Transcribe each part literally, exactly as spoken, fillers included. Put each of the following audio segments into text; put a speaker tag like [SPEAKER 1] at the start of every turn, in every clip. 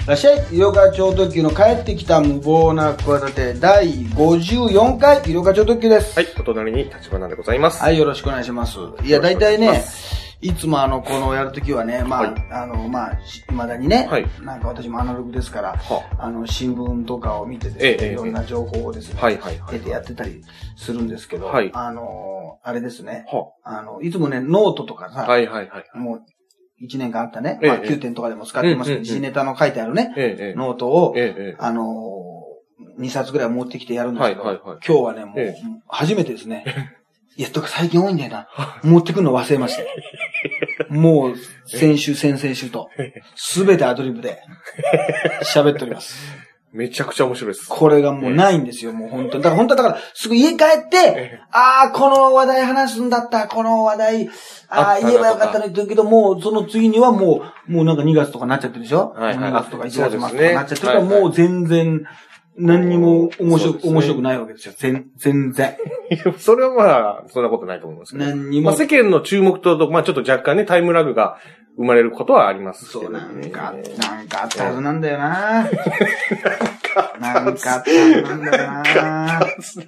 [SPEAKER 1] らっしゃい。医療課長特急の帰ってきた無謀な企てだいごじゅうよんかい医療課長特急です。
[SPEAKER 2] はい、お隣に立花でございます。
[SPEAKER 1] はい、よろしくお願いします。いや、だいたいね、いつもあの、このやるときはね、まあ、はい、あの、まあ、未だにね、はい、なんか私もアナログですから、はあの、新聞とかを見てですね、ええ、いろんな情報をですね、はいはいはい、出てやってたりするんですけど、はい、あの、あれですね、はあの、いつもね、ノートとかさ、はいはいはい、もう、一年間あったね、まあ、きゅうてんとかでも使ってますけど、時事ネタの書いてあるね、ええ、ノートを、ええ、あの、にさつぐらい持ってきてやるんですけど、はいはいはい、今日はね、もう、ええ、初めてですね、いや、とか最近多いんだよな。持ってくるの忘れました。もう、先週、先々週と、すべてアドリブで、喋っております。
[SPEAKER 2] めちゃくちゃ面白いです。
[SPEAKER 1] これがもうないんですよ、もう本当に。だから本当だから、すぐ家帰って、ああ、この話題話すんだった、この話題、ああ、言えばよかったのに言うけど、もう、その次にはもう、もうなんかにがつとかなっちゃってるでしょ？はいはい、にがつとかいちがつ末とかなっちゃってるから、もう全然、何にも面白く、ね、面白くないわけですよ。全、全然。
[SPEAKER 2] それはまあ、そんなことないと思いますけど。何にも。まあ、世間の注目と、まあちょっと若干ね、タイムラグが生まれることはありますけど、ね。
[SPEAKER 1] そう、なんか、なんかあったはずなんだよな。なんかあったはずなんだよな。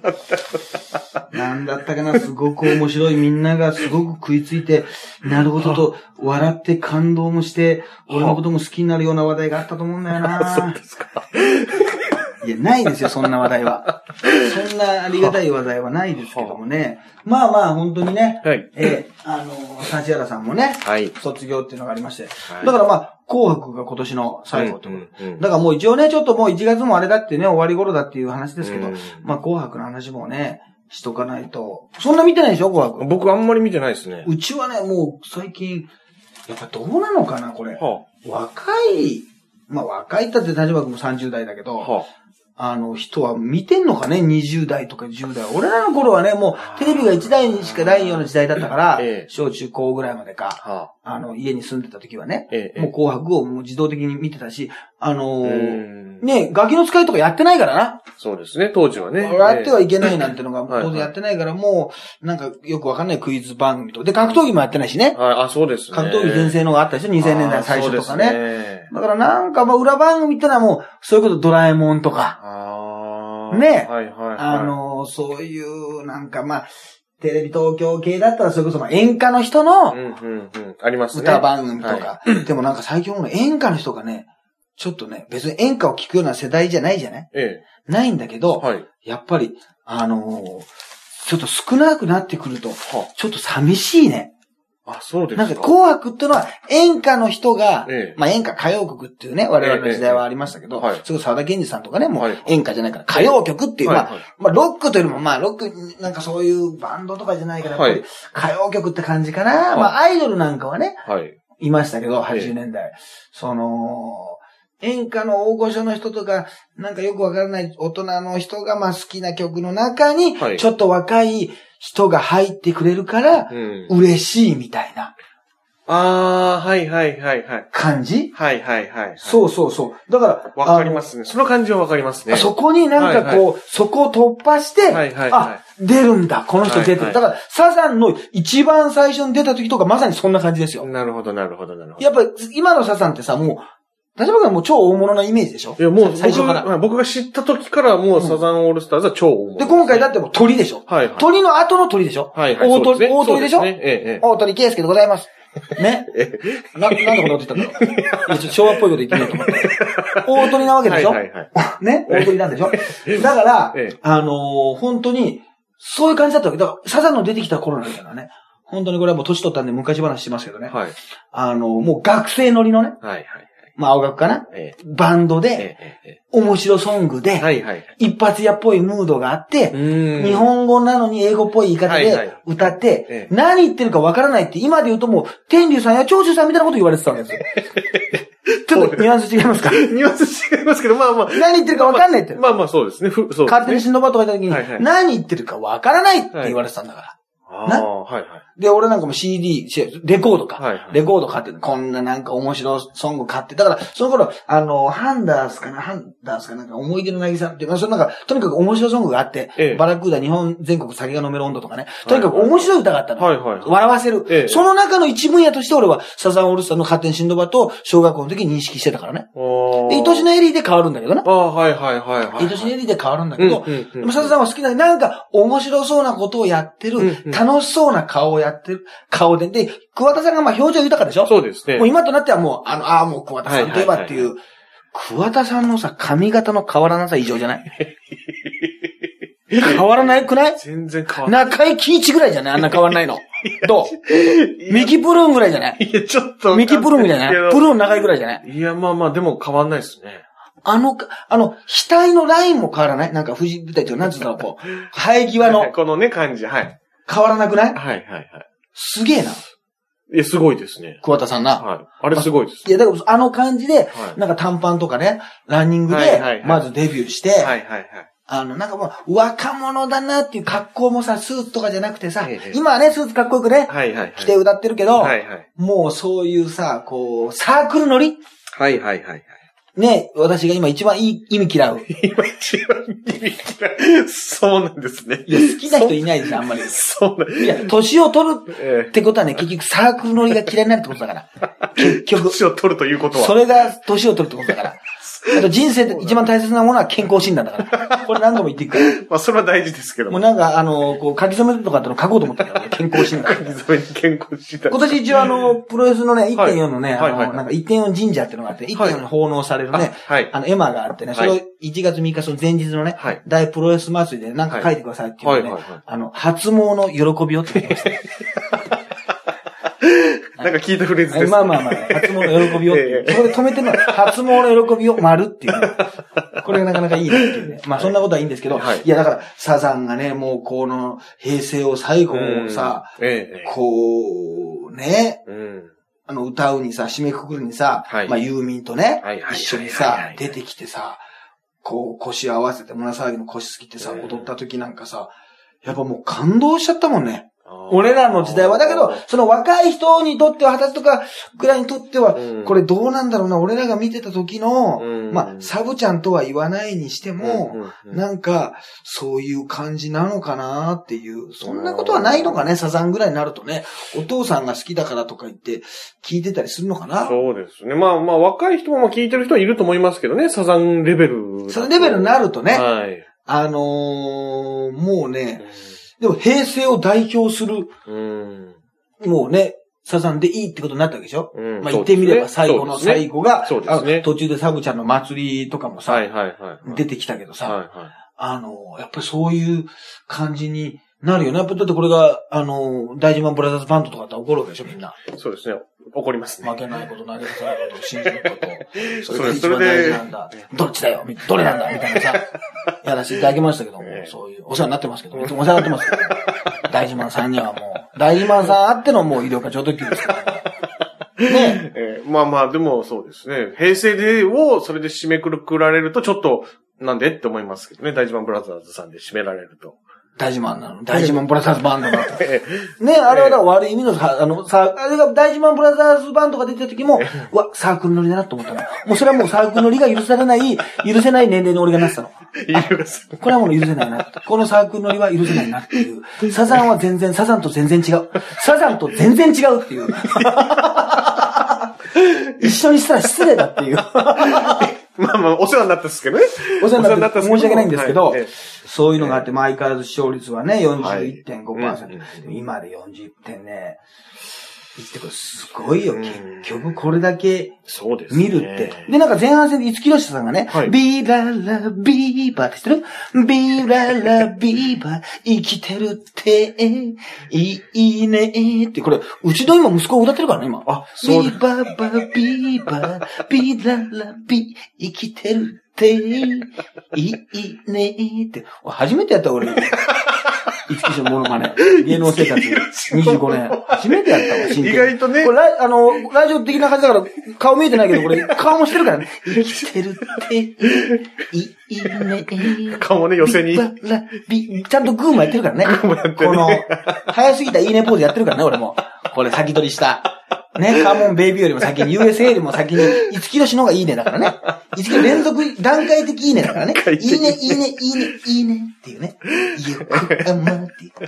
[SPEAKER 1] なんだったかな、すごく面白い。みんながすごく食いついて、なるほどと笑って感動もして、俺のことも好きになるような話題があったと思うんだよな。
[SPEAKER 2] そうですか。
[SPEAKER 1] いや、ないですよ、そんな話題は。そんなありがたい話題はないですけどもね。まあまあ、本当にね。はい。えー、あの、指原さんもね。はい。卒業っていうのがありまして。はい。だからまあ、紅白が今年の最後ということ。うんうんうん、だからもう一応ね、ちょっともういちがつもあれだってね、終わり頃だっていう話ですけど、うん、まあ、紅白の話もね、しとかないと。そんな見てないでしょ、紅白。
[SPEAKER 2] 僕あんまり見てないですね。
[SPEAKER 1] うちはね、もう最近、やっぱどうなのかな、これ。はあ、若い、まあ若いったって立場君もさんじゅう代だけど、はあ、あの人は見てんのかね ?にじゅう代とかじゅう代。俺らの頃はね、もうテレビがいちだいにしかないような時代だったから、ええ、小中高ぐらいまでか、はあ、あの家に住んでた時はね、ええ、もう紅白をもう自動的に見てたし、あのー、ね、ガキの使いとかやってないからな。
[SPEAKER 2] そうですね、当時はね。
[SPEAKER 1] やってはいけないなんてのが当然やってないから、もう、なんかよくわかんないクイズ番組と。で、格闘技もやってないしね。
[SPEAKER 2] はい、あ、そうですね。
[SPEAKER 1] 格闘技全盛のがあったでしょ ?にせんねんだい最初とかね。ねだからなんかまあ裏番組ってのはもう、そういうことドラえもんとか。あね。はいはいはい。あの、そういう、なんかまあ、テレビ東京系だったらそれこそまあ演歌の人の、うんうんうん、ありますね。歌番組とか。はい、でもなんか最近の演歌の人がね、ちょっとね、別に演歌を聴くような世代じゃないじゃない、ええ、ないんだけど、はい、やっぱり、あのー、ちょっと少なくなってくると、ちょっと寂しいね。
[SPEAKER 2] あ、そうですか。
[SPEAKER 1] なんか紅白ってのは演歌の人が、ええ、まあ演歌歌謡曲っていうね、我々の時代はありましたけど、ええええ、それこそ沢田研二さんとかね、もう演歌じゃないから歌謡曲っていう、はい、まあ、まあロックというよりも、まあロックなんかそういうバンドとかじゃないから、やっぱり歌謡曲って感じかな。はい、まあアイドルなんかはね、はい、いましたけど、はちじゅうねんだい。ええ、その、演歌の大御所の人とか、なんかよくわからない大人の人がまあ好きな曲の中に、ちょっと若い人が入ってくれるから、嬉しいみたいな。
[SPEAKER 2] ああ、はいはいはいはい。
[SPEAKER 1] 感じ？
[SPEAKER 2] はいはいはい。
[SPEAKER 1] そうそうそう。だから、
[SPEAKER 2] わかりますね。その感じはわかりますね。
[SPEAKER 1] そこになんかこう、はいはい、そこを突破して、はいはいはい、あ、出るんだ、この人出てる。はいはい、だから、サザンの一番最初に出た時とかまさにそんな感じですよ。
[SPEAKER 2] なるほどなるほどなるほど。
[SPEAKER 1] やっぱ今のサザンってさ、もう、立花君はもう超大物なイメージでしょ？
[SPEAKER 2] いや、もう最初から。僕が知った時からもうサザンオールスターズは超大物、
[SPEAKER 1] ね。で、今回だってもう鳥でしょ？はい、はい。鳥の後の鳥でしょ？はいはい。大鳥、ね、大鳥でしょ？ね、ええ、大鳥圭介でございます。ね。な、なんでこんなこと言ったんだろう。いや、ちょっと昭和っぽいこと言ってみようと思って。大鳥なわけでしょ？はいはいはい。ね？大鳥なんでしょ？だから、ええ、あのー、本当に、そういう感じだったわけ。だから、サザンの出てきた頃なんだからね。本当にこれはもう年取ったんで昔話しますけどね。はい。あのー、もう学生乗りのね。はいはい。まあ、青学かな、ええ、バンドで、ええ、面白ソングで、はいはい、一発屋っぽいムードがあって、日本語なのに英語っぽい言い方で歌って、はいはいええ、何言ってるかわからないって、今で言うともう、天竜さんや長州さんみたいなこと言われてたわけですよ。ちょっとニュアンス違いますか？ニ
[SPEAKER 2] ュアンス違いますけど、まあまあ。
[SPEAKER 1] 何言ってるかわかんないって。
[SPEAKER 2] まあまあそうですね。そうですね。
[SPEAKER 1] 勝手にシンドバッドがいた時に、はいはい、何言ってるかわからないって言われてたんだから。 な、はいはい。で、俺なんかも シーディー、レコードか。はいはい、レコード買って、こんななんか面白いソング買って。だから、その頃、あの、ハンダースかな、ハンダースかなんか、思い出の渚っていう、まあ、そのなんか、とにかく面白いソングがあって、ええ、バラクーダ日本全国酒が飲める温度とかね。とにかく面白い歌があったの。はいはいはい、笑わせる、ええ。その中の一分野として俺は、サザンオールスターの勝手にシンドバと小学校の時に認識してたからね。で、愛しのエリーで変わるんだけどな。
[SPEAKER 2] ああ、はいはいはい、はい。
[SPEAKER 1] 愛しのエリーで変わるんだけど、うんうんうん、でもサザンは好きな、なんか面白そうなことをやってる、うんうん、楽しそうな顔をやってる、顔で、で、桑田さんがまあ表情豊かでしょ？
[SPEAKER 2] そうですね。
[SPEAKER 1] もう今となってはもう、あの、ああ、もう桑田さんといえばっていう、はいはいはい、桑田さんのさ、髪型の変わらなさ異常じゃない変わらないくない？
[SPEAKER 2] 全然変わらない。
[SPEAKER 1] 中井貴一ぐらいじゃない？あんな変わらないの。どう？ミキプルーンぐらいじゃない？
[SPEAKER 2] いや、ちょっと。
[SPEAKER 1] ミキプルーンじゃない？プルーン長いぐらいじゃない？
[SPEAKER 2] いや、まあまあ、でも変わんないですね。
[SPEAKER 1] あの、あの、額のラインも変わらない？なんか、富士舞台というか、なんつうんだろう、こう、生え際の。
[SPEAKER 2] このね、感じ、はい。
[SPEAKER 1] 変わらなくない？
[SPEAKER 2] はいはいはい。
[SPEAKER 1] すげえな。
[SPEAKER 2] いや、すごいですね。
[SPEAKER 1] 桑田さんな。
[SPEAKER 2] はい。あれすごいです。
[SPEAKER 1] いや、だからあの感じで、はい、なんか短パンとかね、ランニングで、まずデビューして、はいはいはい。あの、なんかもう、若者だなっていう格好もさ、スーツとかじゃなくてさ、ええ、今はね、スーツかっこよくね、はいはいはい、着て歌ってるけど、はいはい、もうそういうさ、こう、サークル乗り
[SPEAKER 2] はいはいはい。
[SPEAKER 1] ね、私が今一番いい意味嫌う。
[SPEAKER 2] 今一番意味嫌う。そうなんですね。
[SPEAKER 1] いや、好きな人いないですよ、あんまり。
[SPEAKER 2] そうなんです。
[SPEAKER 1] いや、年を取るってことはね、結局サークル乗りが嫌いになるってことだから。結局。
[SPEAKER 2] 年を取るということは。
[SPEAKER 1] それが年を取るってことだから。あと人生で一番大切なものは健康診断だから。これ何度も言っていくから。
[SPEAKER 2] まあそれは大事ですけど
[SPEAKER 1] も。もうなんかあの、こう書き初めとかっての書こうと思ったからね、健康診断。
[SPEAKER 2] 書き初めに健康診断。
[SPEAKER 1] 今年一応あの、プロレスのね、いってんよん のね、はい、あの、はいはい、なんか いってんよん 神社っていうのがあって、いってんよん の奉納されるね、はい、あの、絵馬があってね、それをいちがつみっかその前日のね、はい、大プロレス祭りでなんか書いてくださいっていうので、ね、はいはいはい、あの、初詣の喜びをって言ってました。
[SPEAKER 2] なんか聞いたフレーズです。
[SPEAKER 1] まあまあまあ、初詣の喜びをっていう。そこで止めてるのは、初詣の喜びを丸っていう、ね。これがなかなかいいなっていうね。まあそんなことはいいんですけど、はい、いやだから、サザンがね、もうこの平成を最後をさ、ええ、こう、ね、うん、あの歌うにさ、締めくくるにさ、はい、まあユーミンとね、はいはい、一緒にさ、出てきてさ、こう腰合わせて胸騒ぎの腰すきってさ、踊った時なんかさ、やっぱもう感動しちゃったもんね。俺らの時代は。だけど、その若い人にとっては、二十歳とかぐらいにとっては、うん、これどうなんだろうな、俺らが見てた時の、うん、まあ、サブちゃんとは言わないにしても、うん、なんか、そういう感じなのかなっていう、そんなことはないのかね、サザンぐらいになるとね、お父さんが好きだからとか言って、聞いてたりするのかな。
[SPEAKER 2] そうですね。まあまあ、若い人も聞いてる人はいると思いますけどね、サザンレベル。
[SPEAKER 1] サザンレベルになるとね、はい、あのー、もうね、うんでも平成を代表する、うん、もうね、サザンでいいってことになったわけでしょ、うん、まあ言ってみれば最後の最後が、そうですね、途中でサブちゃんの祭りとかもさ、はいはいはいはい、出てきたけどさ、はいはい、あの、やっぱりそういう感じになるよね。やっぱだってこれが、あの、大事マンブラザーズバンドとかって怒るわけでしょみんな。そうですね。
[SPEAKER 2] 怒りますね。
[SPEAKER 1] 負けないこと、投げ出さないこと、信じること。それが一番大事なんだ。どっちだよどれなんだみたいなさ、やらせていただきましたけども、えー、そういう、お世話になってますけど、いつもお世話になってますけど、大事マンさんにはもう、大事マンさんあってのもう医療課長特急ですからね。ね
[SPEAKER 2] えー。まあまあ、でもそうですね。平成でをそれで締めくくられると、ちょっと、なんでって思いますけどね。大事マンブラザーズさんで締められると。
[SPEAKER 1] 大事マンなの。大事マンブラザーズバンドだと。ね、あれはだから悪い意味のさ、あの、さ、あれが大事マンブラザーズバンドが出た時も、うわ、サークル乗りだなと思ったの。もうそれはもうサークル乗りが許されない、許せない年齢に俺がなってたの。これはもう許せないな。このサークル乗りは許せないなっていう。サザンは全然、サザンと全然違う。サザンと全然違うっていう。一緒にしたら失礼だっていう。
[SPEAKER 2] まあまあ、お世話になったんですけどね。
[SPEAKER 1] お世話になった申し訳ないんですけど、はい、そういうのがあって、まあ、相変わらず視聴率はね、よんじゅういってんごパーセント、はいうん、今でよんじゅういってんね、いってこれすごいよ、うん、結局これだけ見るって。で, ね、で、なんか前半戦で五木ひろしさんがね、はい、ビーララビーバーって知ってる？ビーララビーバー生きてるって、いいねって、これ、うちの今息子歌ってるからね、今。あ、そうビーバーバービーバー、ビーララビー生きてるって、いいねって。初めてやった俺。 五木ひろしのモノマネ。芸能生活にじゅうごねん。初めてやったわ、真剣に。
[SPEAKER 2] 意外とね。
[SPEAKER 1] これラ、あの、ラジオ的な感じだから、顔見えてないけど、これ、顔もしてるからね。生きてるって、いいね。
[SPEAKER 2] 顔もね、寄せに。
[SPEAKER 1] ちゃんとグーもやってるからね。
[SPEAKER 2] グーもやってる、ね。
[SPEAKER 1] この、早すぎたいいねポーズやってるからね、俺も。これ先取りした。ね、カモンベイビーよりも先に、ユーエスエー よりも先に、五木ひろしの方がいいねだからね。五木連続、段階的いいねだからね。いいね、いいね、いいね、いいねっていうね。ゆくあまっていう。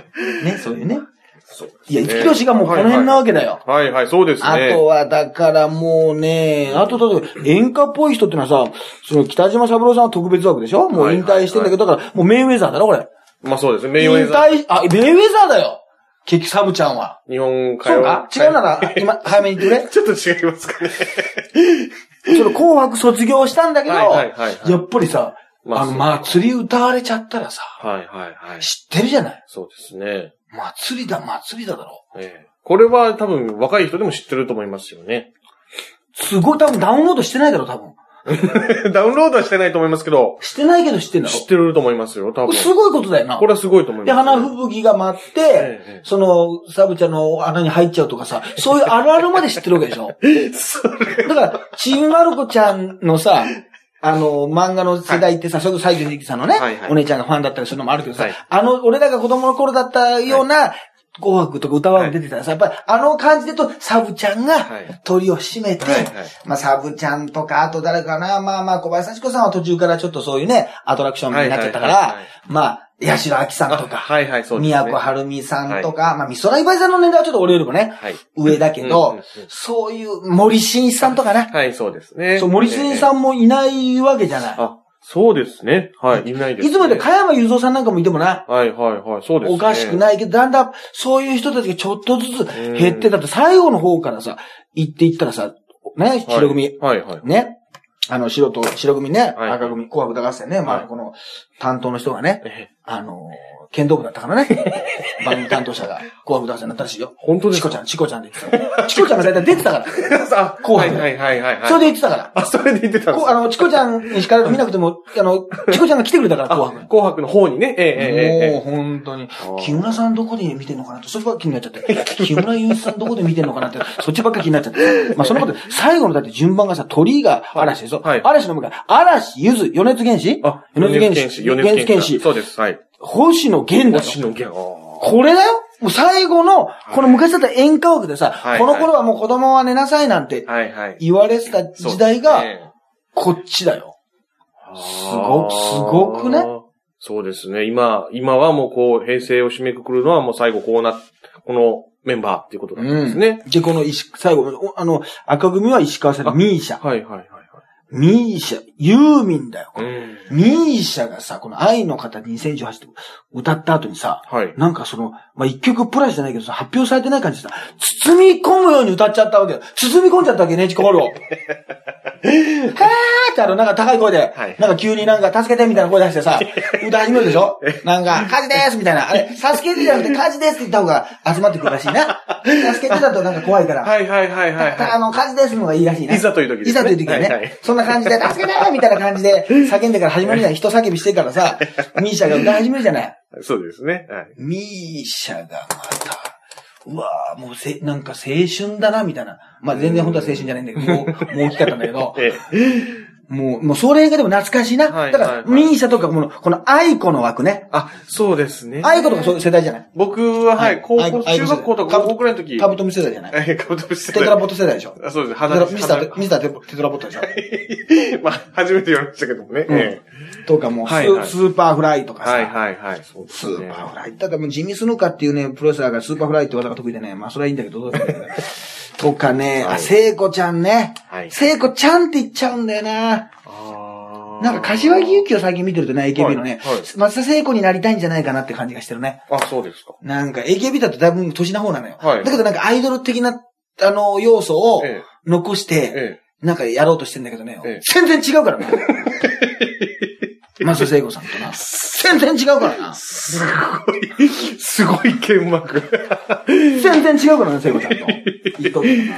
[SPEAKER 1] ね、そういうね。そうですね。いや、五木ひろしがもうこの辺なわけだよ。
[SPEAKER 2] はいはい、はいはい、そうですね。
[SPEAKER 1] あとは、だからもうね、あと、だって演歌っぽい人ってのはさ、その北島三郎さんは特別枠でしょもう引退してんだけど、だから、もうメイウェザーだろ、これ。
[SPEAKER 2] まあそうですね、メイウェザー。
[SPEAKER 1] 引退、あ、メイウェザーだよ。結局サブちゃんは。
[SPEAKER 2] 日本歌謡。
[SPEAKER 1] そうか違うなら、今、早めに言ってくれ。
[SPEAKER 2] ちょっと違いますかね。
[SPEAKER 1] その紅白卒業したんだけど、
[SPEAKER 2] はいはいはいはい、
[SPEAKER 1] やっぱりさ、あの、祭り歌われちゃったらさ、
[SPEAKER 2] はいはいはい。
[SPEAKER 1] 知ってるじゃない。
[SPEAKER 2] そうですね。
[SPEAKER 1] 祭りだ、祭りだだろ。
[SPEAKER 2] ええ。これは多分若い人でも知ってると思いますよね。
[SPEAKER 1] すごい、多分ダウンロードしてないだろ、多分。
[SPEAKER 2] ダウンロードはしてないと思いますけど。
[SPEAKER 1] してないけど知ってんだろ。
[SPEAKER 2] 知ってると思いますよ、多分。
[SPEAKER 1] すごいことだよな。
[SPEAKER 2] これはすごいと思います、
[SPEAKER 1] ね。で、花吹雪が舞って、ええ、その、サブちゃんの穴に入っちゃうとかさ、そういうあるあるまで知ってるわけでしょ。それだから、ちびまる子ちゃんのさ、あの、漫画の世代ってさ、はい、それこそ西城秀樹さんのね、はいはい、お姉ちゃんがファンだったりするのもあるけどさ、はい、あの、俺らが子供の頃だったような、はい紅白とか歌わん出てたらさ、やっぱりあの感じでと、サブちゃんが鳥を締めて、はいはいはい、まあサブちゃんとか、あと誰かな、まあまあ小林幸子さんは途中からちょっとそういうね、アトラクションになっちゃったから、はいはいはいはい、まあ、八代亜紀さんとか、はいはいそうですね、宮古はるみさんとか、はい、まあ美空ひばりさんの年代はちょっと俺よりもね、はい、上だけど、うんうんうん、そういう森進一さんとかね。
[SPEAKER 2] はい、そうですね。
[SPEAKER 1] そう、森進一さんもいないわけじゃない。
[SPEAKER 2] あそうですね。はい、いないです、ね。
[SPEAKER 1] いつもで加山雄三さんなんかもいてもな。
[SPEAKER 2] はいはいはい、そうですね。
[SPEAKER 1] おかしくないけど、だんだんそういう人たちがちょっとずつ減って、だって最後の方からさ、行っていったらさ、ね、白組。はい、はい、はい。ね。あの、白と、白組ね、はい、赤組、紅白歌合戦ね、はい、まあ、この、担当の人がね、あの、剣道部だったからね。番組担当者が紅白歌合戦になったらしいよ。
[SPEAKER 2] 本当ですか？
[SPEAKER 1] チコちゃん、チコちゃんで言ってた。チコちゃんがだいたい出てたから。
[SPEAKER 2] あ、紅白。はいはいはいはい。
[SPEAKER 1] それで言ってたから。
[SPEAKER 2] あ、それで言ってたんですか？
[SPEAKER 1] あの、チコちゃんにしか見なくても、あの、チコちゃんが来てくれたから、紅白。
[SPEAKER 2] 紅白の方にね。ええええ。
[SPEAKER 1] もう、本当に。木村さんどこで見てんのかなって、そっちばっか気になっちゃって。木村祐一さんどこで見てんのかなって、そっちばっか気になっちゃって。まあ、そのことで、最後のだって順番がさ、鳥が嵐でしょ。はい。嵐の向かい、嵐、ゆず、米津玄師あ、米津玄師。米津玄師。
[SPEAKER 2] そうです。はい。
[SPEAKER 1] 星野源だよ。
[SPEAKER 2] 星野源。
[SPEAKER 1] これだよもう最後の、この昔だった演歌枠でさ、はいはい、この頃はもう子供は寝なさいなんて言われてた時代が、こっちだよ。すごく、すごくね。
[SPEAKER 2] そうですね。今、今はもうこう、平成を締めくくるのはもう最後こうな、このメンバーっていうことなんですね。
[SPEAKER 1] うん、で、この石、最後、あの、赤組は石川さんのミーシャ。
[SPEAKER 2] はいはいはい。
[SPEAKER 1] ミーシャ、ユーミンだよ。うん、ミーシャがさ、この愛の形にせんじゅうはちって歌った後にさ、はい、なんかその、まあ、一曲プラスじゃないけどさ、発表されてない感じでさ、包み込むように歌っちゃったわけよ。包み込んじゃったわけね、エイチコールを。はーってあの、なんか高い声で、はい、なんか急になんか助けてみたいな声出してさ、歌始めるでしょなんか、火事でーすみたいな。あれ、助けてじゃなくて火事ですって言った方が集まってくるらしいな。助けてだとなんか怖いから。
[SPEAKER 2] はいはいはいはい、はい。
[SPEAKER 1] あの、火事ですのがいいらしいな。
[SPEAKER 2] いざという時ですね。
[SPEAKER 1] いざという時はね。はいはい、そんな感じで、助けてーみたいな感じで叫んでから始まるじゃない。人叫びしてからさ、ミーシャが歌い始めるじゃない。
[SPEAKER 2] そうですね。はい、
[SPEAKER 1] ミーシャがまた、うわぁ、もうせ、なんか青春だな、みたいな。まあ、全然本当は青春じゃないんだけど、もう、もう大きかったんだけど、ええ、もう、もうそれがでも懐かしいな。はい、だから、はいはい、ミーシャとか、この、この愛子の枠ね。
[SPEAKER 2] あ、そうですね。
[SPEAKER 1] 愛子とかそういう世代じゃない
[SPEAKER 2] 僕は、はい、高校、中学校とか高校くらいの時。
[SPEAKER 1] カブトム世代じゃない
[SPEAKER 2] え、カブトム世代。
[SPEAKER 1] テトラボット世代でしょ。
[SPEAKER 2] あ、そうです。
[SPEAKER 1] 肌ミスター、ミスターテトラボットでしょ。
[SPEAKER 2] まあ、初めて言われましたけどもね。うんえ
[SPEAKER 1] え、とかもう、はいはい、スーパーフライとかさ。
[SPEAKER 2] はいはいはい。
[SPEAKER 1] そうですね、スーパーフライ。ただもうジミスヌカっていうね、プロレスラーがスーパーフライって技が得意でね、まあそれはいいんだけど、どうだったかとかね、はい、あ、聖子ちゃんね。はい。聖子ちゃんって言っちゃうんだよな。なんか、柏木由紀を最近見てるとね、エーケービー のね、はいはい、松田聖子になりたいんじゃないかなって感じがしてるね。
[SPEAKER 2] あ、そうですか。
[SPEAKER 1] なんか、エーケービー だとだいぶ年な方なのよ。はい。だけどなんか、アイドル的な、あの、要素を残して、ええ、なんかやろうとしてんだけどね、ええ、全然違うからな。松田聖子さんとな。全然違うからな。
[SPEAKER 2] すごい、すごい剣幕。
[SPEAKER 1] 全然違うからな、聖子ちゃんと。言っとくけどな。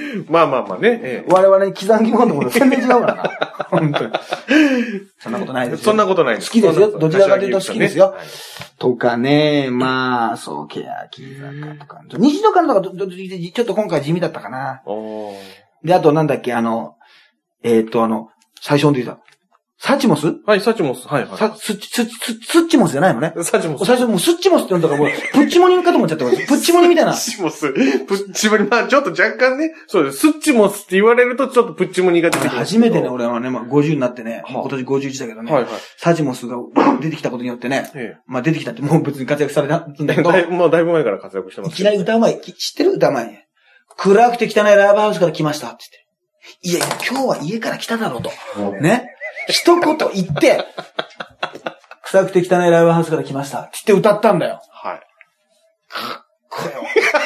[SPEAKER 2] まあまあまあね。え
[SPEAKER 1] え、我々に刻んぎ込んだこと全然違うからな。本当に。そんなことないですよ。
[SPEAKER 2] そんなことないです。
[SPEAKER 1] 好きですよ。どちらかというと好きですよ。はい、とかね、まあ、そう、ケヤキ坂とか。西野館とかど、ど、ちょっと今回地味だったかな。で、あとなんだっけ、あの、えー、っと、あの、最初に出た。サチモス
[SPEAKER 2] はい、サチモス。はい、はい。
[SPEAKER 1] さ、スッチ、スッチ、スッチモスじゃないのね。
[SPEAKER 2] サチモス。
[SPEAKER 1] 最初もうスッチモスって呼んだからもう、プッチモニかと思っちゃったから、プッチモニみたいな。
[SPEAKER 2] スッチモス。プッチモニ、まあちょっと若干ね、そうです。スッチモスって言われるとちょっとプッチモニが出てくる。
[SPEAKER 1] 初めてね、俺はね、まあごじゅうになってね、もう今年ごじゅういちだけどね。はいはい。サチモスが出てきたことによってね、ええ、まあ出てきたってもう別に活躍されたんだけど。
[SPEAKER 2] もうだいぶ前から活躍してます、
[SPEAKER 1] ね。いきなり歌う前、知ってる歌う前に。暗くて汚いライブハウスから来ましたって言って。いやいや、今日は家から来ただろうと。ね。一言言って、臭くて汚いライブハウスから来ましたって言って歌ったんだよ。
[SPEAKER 2] はい。
[SPEAKER 1] かっこよ。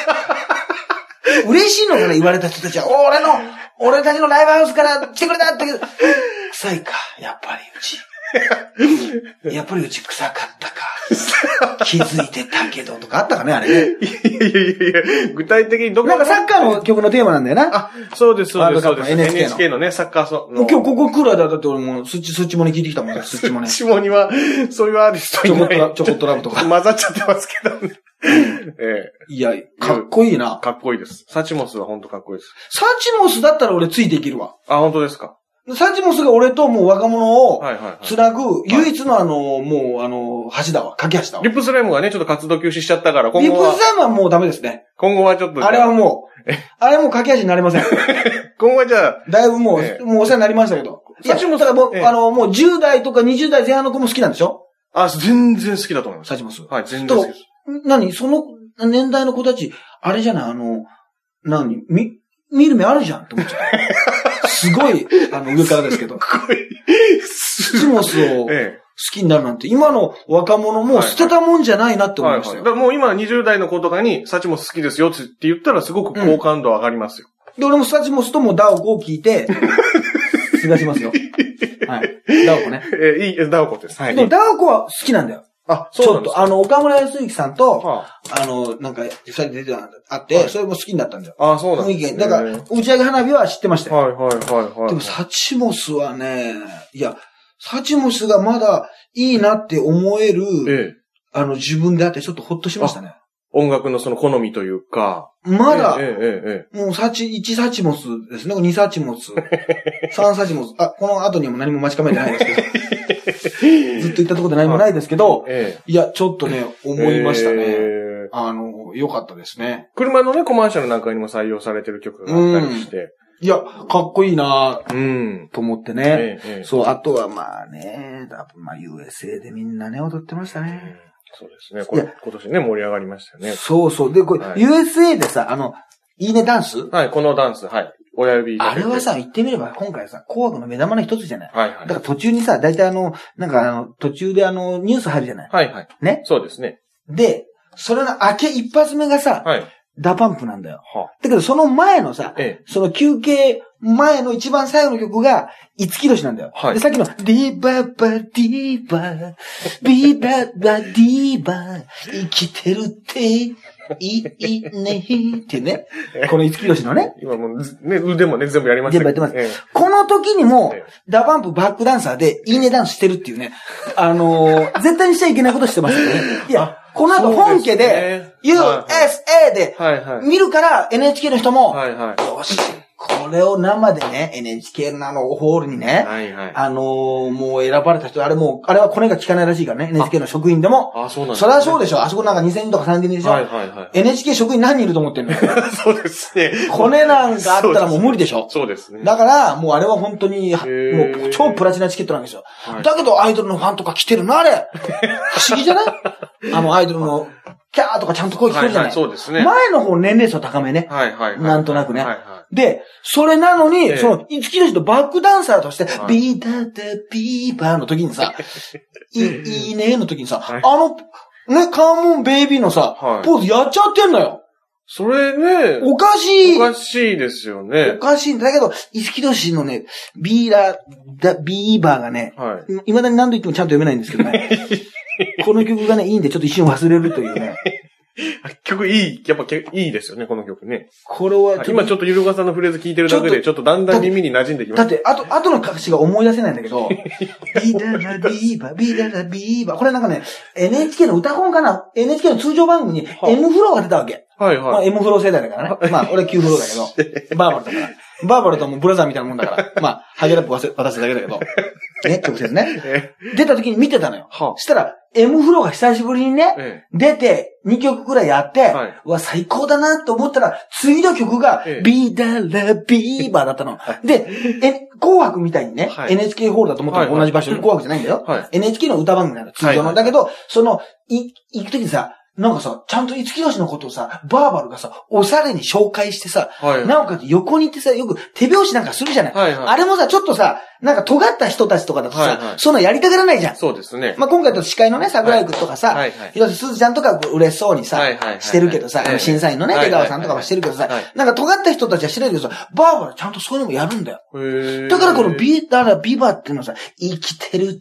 [SPEAKER 1] 嬉しいのかな、言われた人たちは。俺の、俺たちのライブハウスから来てくれたって言うけど、臭いか、やっぱりうち。やっぱりうち臭かったか。気づいてたけどとかあったかね、あれね。
[SPEAKER 2] いやいやいや具体的にどこ
[SPEAKER 1] なんかサッカーの曲のテーマなんだよな。
[SPEAKER 2] あ、そうです、そうです、そうです。
[SPEAKER 1] エヌエイチケー の。
[SPEAKER 2] エヌエイチケー のね、サッカーそ
[SPEAKER 1] の。もう今日ここクーラーだって俺もうスッチ、スッチモニ聞いてきたもんね、スッチモニ。
[SPEAKER 2] スッチモニは、そういうアーティストいない。
[SPEAKER 1] チョコットラブ、チョコットラブとか。
[SPEAKER 2] 混ざっちゃってますけどね。え
[SPEAKER 1] え。いや、かっこいいな。
[SPEAKER 2] かっこいいです。サチモスは本当かっこいいです。
[SPEAKER 1] サチモスだったら俺ついていけるわ。
[SPEAKER 2] あ、本当ですか。
[SPEAKER 1] サチモスが俺ともう若者をつなぐ唯一のあの、もうあの、橋だわ。架け橋だわ。
[SPEAKER 2] リップスライムがね、ちょっと活動休止しちゃったから、今後は。
[SPEAKER 1] リップスライムはもうダメですね。
[SPEAKER 2] 今後はちょっと。
[SPEAKER 1] あれはもう、あれはもう架け橋になりません。
[SPEAKER 2] 今後はじゃあ。
[SPEAKER 1] だいぶもう、ええ、もうお世話になりましたけど。サチモスはもう、ええ、あの、もうじゅう代とかにじゅう代前半の子も好きなんでしょ？
[SPEAKER 2] あ、全然好きだと思います。
[SPEAKER 1] サチモス。
[SPEAKER 2] はい、全然好きです。
[SPEAKER 1] 何その年代の子たち、あれじゃないあの、何み、見る目あるじゃんって思っちゃった。すごい、あの、上からですけど。サチモスを好きになるなんて、今の若者も捨てたもんじゃないなって思いましたよ。
[SPEAKER 2] はいはい、だからもう今にじゅう代の子とかにサチモス好きですよって言ったらすごく好感度上がりますよ。
[SPEAKER 1] うん、で、俺もサチモスともダオコを聞いて、すがしますよ。はい。ダオコね。
[SPEAKER 2] えー、いい、ダオコです。はい。
[SPEAKER 1] でもダオコは好きなんだよ。
[SPEAKER 2] あ、そうなんですか。ちょっと、
[SPEAKER 1] あの、岡村康之さんと、はあ、あの、なんか、二人で出てあって、はい、それも好きになったんだよ。
[SPEAKER 2] あ、そうなんです
[SPEAKER 1] ね。だから、打ち上げ花火は知ってましたよ。
[SPEAKER 2] はいはいはいはい。
[SPEAKER 1] でも、サチモスはね、いや、サチモスがまだいいなって思える、ええ、あの、自分であってちょっとほっとしましたね。
[SPEAKER 2] 音楽のその好みというか。
[SPEAKER 1] まだ、
[SPEAKER 2] ええええ、
[SPEAKER 1] もうサチ、いちサチモスですね。にサチモス。さんサチモス。あ、この後にはもう何も待ち構えてないですけど。ずっと言ったところで何もないですけど、ええ、いや、ちょっとね、思いましたね。えー、あの、良かったですね。
[SPEAKER 2] 車のね、コマーシャルなんかにも採用されてる曲があったりして。
[SPEAKER 1] いや、かっこいいなぁ、うん、と思ってね、ええ。そう、あとはまあね、まあ ユーエスエー でみんなね、踊ってましたね。うん
[SPEAKER 2] そうですね。これ、今年ね、盛り上がりましたよね。
[SPEAKER 1] そうそう。で、これ、はい、ユーエスエー でさ、あの、いいねダンス
[SPEAKER 2] はい、このダンス、はい。親指。
[SPEAKER 1] あれはさ、言ってみれば、今回さ、紅白の目玉の一つじゃない
[SPEAKER 2] はいはい。
[SPEAKER 1] だから途中にさ、だいたいあの、なんかあの、途中であの、ニュース入るじゃない
[SPEAKER 2] はいはい。
[SPEAKER 1] ね
[SPEAKER 2] そうですね。
[SPEAKER 1] で、それの明け一発目がさ、はい。ダパンプなんだよ。はあ、だけど、その前のさ、ええ、その休憩前の一番最後の曲が、五木ひろしなんだよ。はい。で、さっきの、ディーババディーバ、ビババディーバ、生きてるって、いいねっていうね。この五木ひろしのね。
[SPEAKER 2] 今もう、ね、腕もね、全部やりました。
[SPEAKER 1] 全部やってます。ええ、この時にも、ええ、ダパンプバックダンサーで、いいねダンスしてるっていうね。あのー、絶対にしちゃいけないことしてましたよね。いや、この後本家で、ユーエスエー で、見るから エヌエイチケー の人も、はいはい、よし、これを生でね、エヌエイチケー のあのホールにね、はいはい、あのー、もう選ばれた人、あれもう、あれはコネが効かないらしいからね、エヌエイチケー の職員でも。
[SPEAKER 2] あ、そうなんですね。
[SPEAKER 1] そりゃそうでしょ。あそこなんかにせんにんとかさんぜんにんでしょ。
[SPEAKER 2] はいはいはい。
[SPEAKER 1] エヌエイチケー 職員何人いると思ってんの
[SPEAKER 2] そうですね。
[SPEAKER 1] コネなんかあったらもう無理でしょ。
[SPEAKER 2] そうですね。
[SPEAKER 1] だから、もうあれは本当に、もう超プラチナチケットなんですよ。はい、だけどアイドルのファンとか来てるな、あれ。不思議じゃないあのアイドルの、キャーとかちゃんと声聞こえるじゃない、はいはい、そうですね。前の方年齢層高めね。はいはいはい。なんとなくね。はいはい。で、それなのに、えー、その、五木ひろしとバックダンサーとして、はい、ビーダダビーバーの時にさ、いい、いいねの時にさ、はい、あの、ね、カーモンベイビーのさ、はい、ポーズやっちゃってんのよ。
[SPEAKER 2] それね。
[SPEAKER 1] おかしい。
[SPEAKER 2] おかしいですよね。
[SPEAKER 1] おかしいんだけど、五木ひろしのね、ビーラ、ダ、ビーバーがね、はい。未だに何度言ってもちゃんと読めないんですけどね。この曲がね、いいんで、ちょっと一瞬忘れるというね。
[SPEAKER 2] 曲いい、やっぱいいですよね、この曲ね。
[SPEAKER 1] これは、
[SPEAKER 2] 今ちょっとゆるかさんのフレーズ聞いてるだけで、ちょっとだんだん耳に馴染んできま
[SPEAKER 1] す。だって、あと、あとの歌詞が思い出せないんだけど、ビダラビーバ、ビダラビーバ。これなんかね、エヌエイチケー の歌本かな ?エヌエイチケー の通常番組に M フローが出たわけ。
[SPEAKER 2] はいはい。
[SPEAKER 1] まあ M フロー世代だからね。まあ俺 Q フローだけど、バーバルだから。バーバルともブラザーみたいなもんだから、まあ、ハゲラップ渡しただけだけど、ね、直接ね。出た時に見てたのよ。そしたら、M フローが久しぶりにね、出て、にきょくくらいやって、うわ、最高だなと思ったら、次の曲が、ビダラビーバーだったの。で、え、紅白みたいにね、エヌエイチケー ホールだと思ったら同じ場所に紅白じゃないんだよ。エヌエイチケー の歌番組なの、通常の。だけど、その、い、行く時にさ、なんかさ、ちゃんと五木ひろしのことをさ、バーバルがさ、おしゃれに紹介してさ、はい、なおかつ横に行ってさ、よく手拍子なんかするじゃない、はいはい、あれもさ、ちょっとさ、なんか尖った人たちとかだとさ、はいはい、そんなやりたがらないじゃん。
[SPEAKER 2] そうですね。
[SPEAKER 1] まあ、今回と司会のね、桜井くんとかさ、はいはい、広瀬すずちゃんとか嬉しそうにさ、はいはいはい、してるけどさ、はいはい、審査員のね、出川さんとかもしてるけどさ、はいはい、なんか尖った人たちはしてないけどさ、バーバルちゃんとそういうのもやるんだよ。へだからこのビーダラビバっていうのはさ、生きてるって、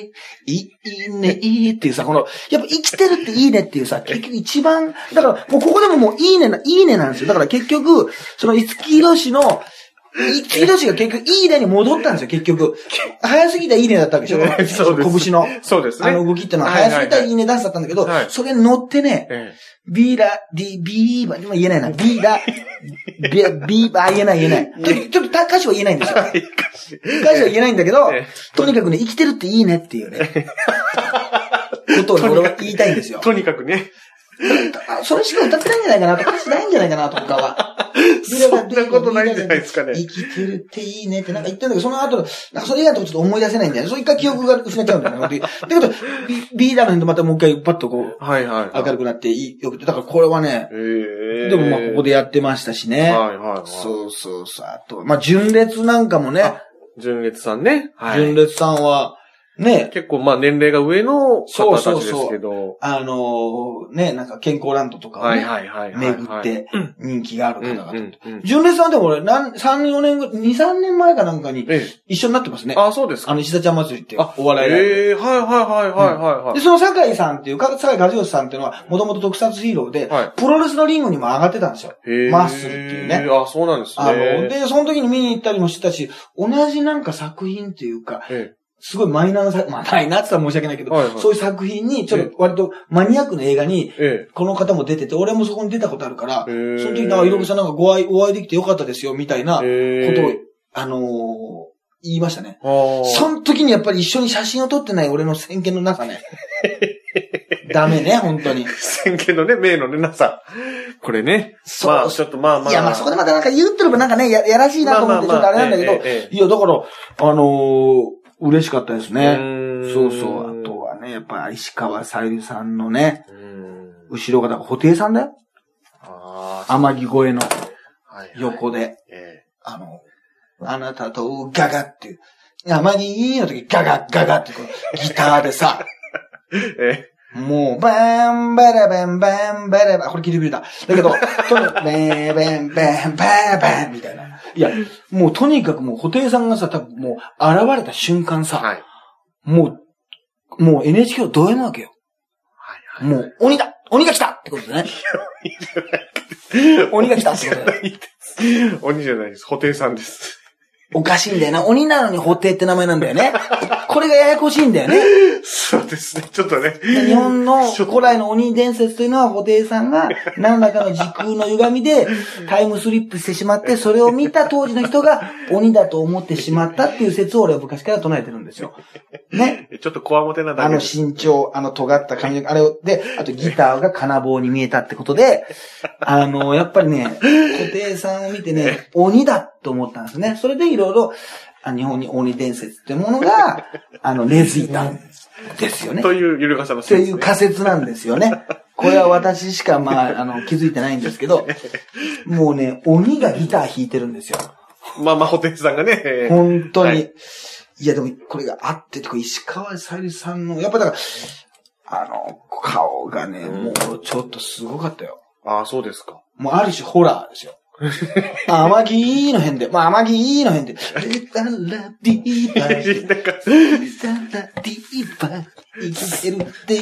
[SPEAKER 1] いいね、いいっていうさ、この、やっぱ生きてるっていいねっていうさ、結局一番、だから、もうここでももういいねな、いいねなんですよ。だから結局、その五木ひろしの、五木ひろしが結局いいねに戻ったんですよ、結局。早すぎたいいねだったわけでしょ。そうです。拳の。そうですね。あの動きってのは早すぎたいいねダンスだったんだけど、はい、それに乗ってね、ええ、ビーラ、ディ、ビーバ、今言えないな。ビーラ、ビー、ビーバ、言えない言えない。ちょっと歌詞は言えないんですよ。歌詞は言えないんだけど、ええ、とにかくね、生きてるっていいねっていうね。ことを俺は言いたいんですよ。
[SPEAKER 2] とにかくね。
[SPEAKER 1] それしか歌ってないんじゃないかなと、歌詞ないんじゃないかなと、他は。
[SPEAKER 2] そんなことないんじゃないですかね。
[SPEAKER 1] 生きてるっていいねってなんか言ってるんだけど、その後、なんかそれ以外のとちょっと思い出せないんだよね。そう一回記憶が失っちゃうんだよね。だけど、ビーダーの辺でまたもう一回パッとこう、はいはい、明るくなっていい、よくて。だからこれはね、でもまあここでやってましたしね。はいはいはい。そうそうそう。あと、まあ純烈なんかもね。
[SPEAKER 2] 純烈さんね。
[SPEAKER 1] はい。純烈さんは、ね
[SPEAKER 2] 結構まあ年齢が上の方たちですけど。そうそうそう
[SPEAKER 1] あのー、ね、なんか健康ランドとかをね、はいはいはいはいはい、巡って人気がある方々。純烈さんでも俺、さん、よねんぐらい、に、さんねんまえかなんかに一緒になってますね。
[SPEAKER 2] あ、そうですか。
[SPEAKER 1] あの、石田ちゃん祭りっていうお笑いライブ。
[SPEAKER 2] ええー、はいはいはいはいはい、はい。
[SPEAKER 1] で、その酒井さんっていう、酒井和義さんっていうのは、もともと特撮ヒーローで、はい、プロレスのリングにも上がってたんですよ。マッスルっていうね。
[SPEAKER 2] あ、そうなんですね。あの、
[SPEAKER 1] で、その時に見に行ったりもしてたし、同じなんか作品っていうか、すごいマイナーな作、まあ、マイナーって言ったら申し訳ないけど、はいはい、そういう作品に、ちょっと割とマニアックな映画に、この方も出てて、俺もそこに出たことあるから、その時なんか、いろぶさんなんかご愛、お会いできてよかったですよ、みたいなことを、あのー、言いましたね。その時にやっぱり一緒に写真を撮ってない俺の先見の中ね。ダメね、本当に。
[SPEAKER 2] 先見のね、名のね、なさ。これね。そう。まあ、ちょっとまあまあ。
[SPEAKER 1] いや、まあそこでまたなんか言ってるばなんかね、や、やらしいなと思ってちょっとあれなんだけど、いや、だから、あのー、嬉しかったですね。そうそう。あとはね、やっぱ石川さゆりさんのね、後ろがだから布袋さんだよ。ああ。天城越えの横で、はいはいえー、あの、あなたとガガっていう、天城の時ガガガガってこうギターでさ、えもう、バーン、バラバン、バーン、バラバン、これ聞いてくれた。だけど、とにかく、ベン、ベン、ベン、バーバンみたいな。いや、もうとにかくもう、布袋さんがさ、多分もう、現れた瞬間さ、はい、もう、もう エヌエイチケー をどうやむわけよ。はいはい、もう、鬼だ鬼が来たってことでね。鬼が来たってことで。
[SPEAKER 2] 鬼じゃないです。布袋さんです。
[SPEAKER 1] おかしいんだよな。鬼なのに布袋って名前なんだよね。これがややこしいんだよね。
[SPEAKER 2] そうですね。ちょっとね。
[SPEAKER 1] 日本の古来の鬼伝説というのは、布袋さんが何らかの時空の歪みでタイムスリップしてしまって、それを見た当時の人が鬼だと思ってしまったっていう説を俺は昔から唱えてるんですよ。ね。
[SPEAKER 2] ちょっとこわもてなだけ。
[SPEAKER 1] あの身長、あの尖った髪の毛、あれを、で、あとギターが金棒に見えたってことで、あの、やっぱりね、布袋さんを見てね、鬼だと思ったんですね。それでいろいろ、日本に鬼伝説っていうものが、あの、根付いたんですよね。
[SPEAKER 2] というゆるかさの説、
[SPEAKER 1] ね。という仮説なんですよね。これは私しか、まあ、あの、気づいてないんですけど、もうね、鬼がギター弾いてるんですよ。
[SPEAKER 2] まあまあ、布袋さんがね。
[SPEAKER 1] 本当に。はい、いや、でも、これがあって、石川さゆりさんの、やっぱだから、あの、顔がね、もうちょっとすごかったよ。
[SPEAKER 2] ああ、そうですか。
[SPEAKER 1] もうある種ホラーですよ。天城の辺で、まあ天城の辺で、レタラディーバー、レタラディーバー、生きてるって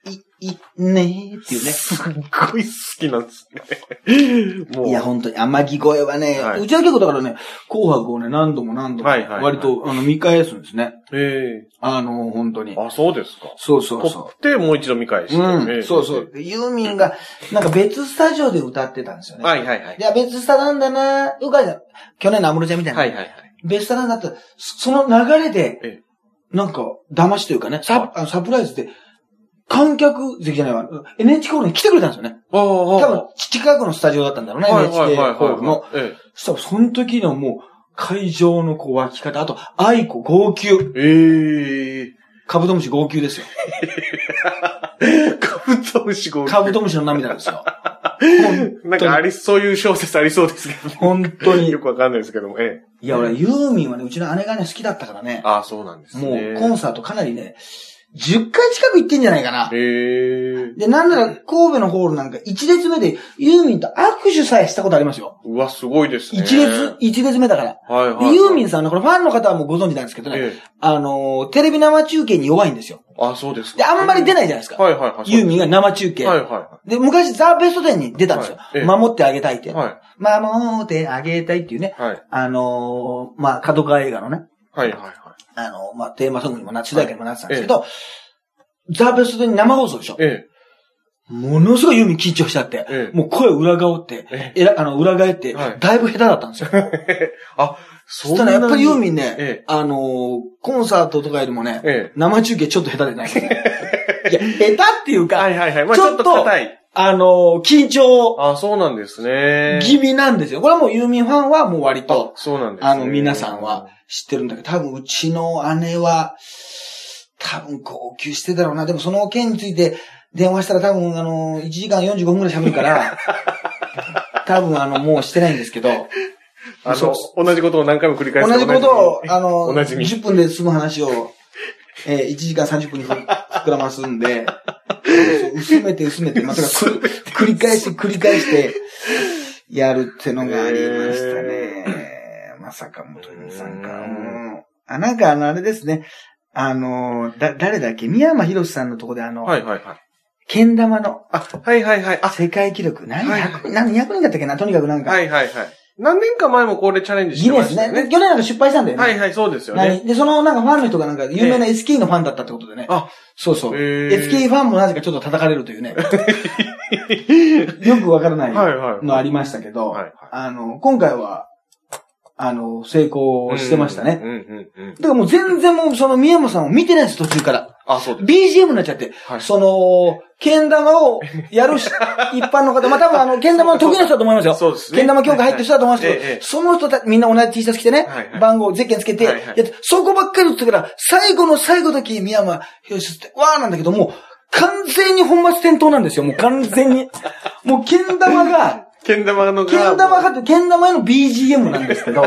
[SPEAKER 1] い、い、ねーっていうね。
[SPEAKER 2] すっごい好きなんですね。
[SPEAKER 1] もういや、本当に、天城越えはね、はい、うちは結構だからね、紅白をね、何度も何度も、割と、あの、見返すんですね。
[SPEAKER 2] へえ。
[SPEAKER 1] あの、本当に。
[SPEAKER 2] あ、そうですか。
[SPEAKER 1] そうそうそう。
[SPEAKER 2] 撮ってもう一度見返して。
[SPEAKER 1] うん、そうそう。ユーミンが、なんか別スタジオで歌ってたんですよね。
[SPEAKER 2] はいはいはい。
[SPEAKER 1] いや、別スタなんだなぁ、うかいさん、去年の安室ちゃんみたいな。
[SPEAKER 2] はいはいはい。
[SPEAKER 1] 別スタなんだったら、その流れで、ええ、なんか、騙しというかね、サ, あのサプライズで、観客席じゃないわ、エヌエイチケー ホールに来てくれたんですよね。
[SPEAKER 2] ああ、多
[SPEAKER 1] 分、近くのスタジオだったんだろうね、エヌエイチケー ホールの。そしたら、その時のもう、会場のこう湧き方、あと、愛子号泣。
[SPEAKER 2] ええー。
[SPEAKER 1] カブトムシ号泣ですよ。
[SPEAKER 2] カブトムシ号泣。
[SPEAKER 1] カブトムシの涙ですよ。
[SPEAKER 2] なんかあり、そういう小説ありそうですけど、ね。
[SPEAKER 1] 本当に。
[SPEAKER 2] よくわかんないですけども、ええ。
[SPEAKER 1] いや、俺、ユーミンはね、うちの姉がね、好きだったからね。
[SPEAKER 2] ああ、そうなんですね。
[SPEAKER 1] もう、コンサートかなりね、じゅっかい近く行ってんじゃないかな。
[SPEAKER 2] へー。
[SPEAKER 1] で、なんなら、神戸のホールなんかいち列目でユーミンと握手さえしたことありますよ。
[SPEAKER 2] うわ、すごいですね。
[SPEAKER 1] いち列、いち列目だから。
[SPEAKER 2] はいはい、はい。
[SPEAKER 1] で、ユーミンさんの、これファンの方はもうご存知なんですけどね、ええ、あの、テレビ生中継に弱いんですよ。
[SPEAKER 2] あ、そうですか。
[SPEAKER 1] で、あんまり出ないじゃないですか。
[SPEAKER 2] はいはいはい。
[SPEAKER 1] ユーミンが生中継。
[SPEAKER 2] はいはいはい。
[SPEAKER 1] で、昔、ザ・ベストテンに出たんですよ。はい、ええ、守ってあげたいって。
[SPEAKER 2] はい。
[SPEAKER 1] 守ってあげたいっていうね。
[SPEAKER 2] はい。
[SPEAKER 1] あのー、まあ、角川映画のね。
[SPEAKER 2] はいはいはい。
[SPEAKER 1] あのー、まあ、テーマソングにもな、主題歌にもなってたんですけど、はい、ええ、ザ・ベストテンに生放送でしょ。
[SPEAKER 2] ええ。
[SPEAKER 1] ものすごいユーミン緊張しちゃって、ええ、もう声裏返って、ええ、あの、裏返って、はい、だいぶ下手だったんですよ。
[SPEAKER 2] あ、そう
[SPEAKER 1] そしたらやっぱりユーミンね、
[SPEAKER 2] ええ、
[SPEAKER 1] あのー、コンサートとかよりもね、
[SPEAKER 2] ええ、
[SPEAKER 1] 生中継ちょっと下手でないですね。いや、下手っていうか、
[SPEAKER 2] はいはいはい。まあ、ちょっと硬い。
[SPEAKER 1] あのー、緊張。
[SPEAKER 2] あ、そうなんですね。
[SPEAKER 1] 気味なんですよ。これはもうユーミンファンはもう割と、
[SPEAKER 2] そうなんですね。
[SPEAKER 1] あの、皆さんは知ってるんだけど、多分うちの姉は、多分号泣してたろうな。でもその件について電話したら多分あの、いちじかんよんじゅうごふんぐらい喋るから、多分あの、もうしてないんですけど、
[SPEAKER 2] あの、同じことを何回も繰り返す。
[SPEAKER 1] 同じことを、あの、
[SPEAKER 2] 同じ
[SPEAKER 1] じゅっぷんで済む話を、えー、いちじかんさんじゅっぷんに膨らますんで、薄めて薄めて、また繰り返して繰り返して、やるってのがありましたね。えー、まさか元木さんか。あ、なんかあの、あれですね。あの、だ、誰だっけ？宮山博さんのとこであの、
[SPEAKER 2] はいはいはい。
[SPEAKER 1] けん玉の、
[SPEAKER 2] あ、はいはいはい。あ、
[SPEAKER 1] 世界記録。何百、何百人だったっけな？とにかくなんか。
[SPEAKER 2] はいはいはい。何年か前もこれチャレンジしてましたね。
[SPEAKER 1] ギネスね。去年なんか失敗したんだよね。
[SPEAKER 2] はいはい、そうですよね。
[SPEAKER 1] で、そのなんかファンの人がなんか有名な エスケー のファンだったってことでね。
[SPEAKER 2] あ、
[SPEAKER 1] そうそう。エスケー ファンもなぜかちょっと叩かれるというね。よくわからないのありましたけど、あの、今回は、あの、成功してましたね。だからもう全然もうその宮山さんを見てないです、途中から。
[SPEAKER 2] あ、そうです。
[SPEAKER 1] ビージーエム になっちゃって。はい、その、けん玉をやるし、一般の方、まあ、多分あの、けん玉の得意な人だと思いますよ。
[SPEAKER 2] そうですね。
[SPEAKER 1] けん玉協会入ってる人だと思いますけど、はいはい、その人たみんな同じ T シャツ着てね、はいはい、番号、ゼッケンつけて、はいはい、やってそこばっかり打ってから、最後の最後だけ宮山博士って、わーなんだけど、もう、完全に本末転倒なんですよ、もう完全に。もうけん玉が、
[SPEAKER 2] けん玉の
[SPEAKER 1] けん玉がって、けん玉への ビージーエム なんですけど、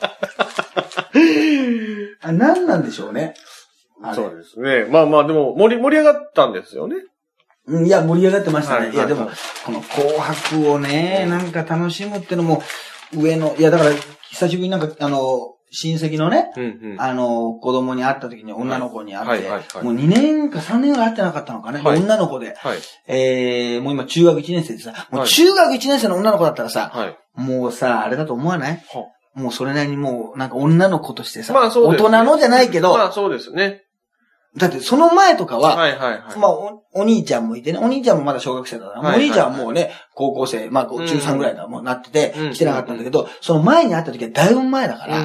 [SPEAKER 1] あ、何なんでしょうね。
[SPEAKER 2] そうですね。まあまあ、でも、盛り、盛り上がったんですよね。
[SPEAKER 1] いや、盛り上がってましたね。はいはいはい、いや、でも、この紅白をね、なんか楽しむってのも、上の、いや、だから、久しぶりになんか、あの、親戚のね、うんうん、あの、子供に会った時に女の子に会って、はいはいはいはい、もうにねんかさんねんぐらい会ってなかったのかね、はい、女の子で、はい、えー、もう今中学いちねん生でさ、もう中学いちねん生の女の子だったらさ、はい、もうさ、あれだと思わない、はい、もうそれなりにもう、なんか女の子としてさ、まあそうですね、大人のじゃないけど、
[SPEAKER 2] まあそうですね。
[SPEAKER 1] だってその前とかは、
[SPEAKER 2] はいはいはい、
[SPEAKER 1] まあお、お兄ちゃんもいてね、お兄ちゃんもまだ小学生だから、はいはいはい、お兄ちゃんはもうね、高校生、まあ中さんぐらいだもうなってて、来てなかったんだけど、うんうんうん、その前に会った時はだいぶ前だから、うん、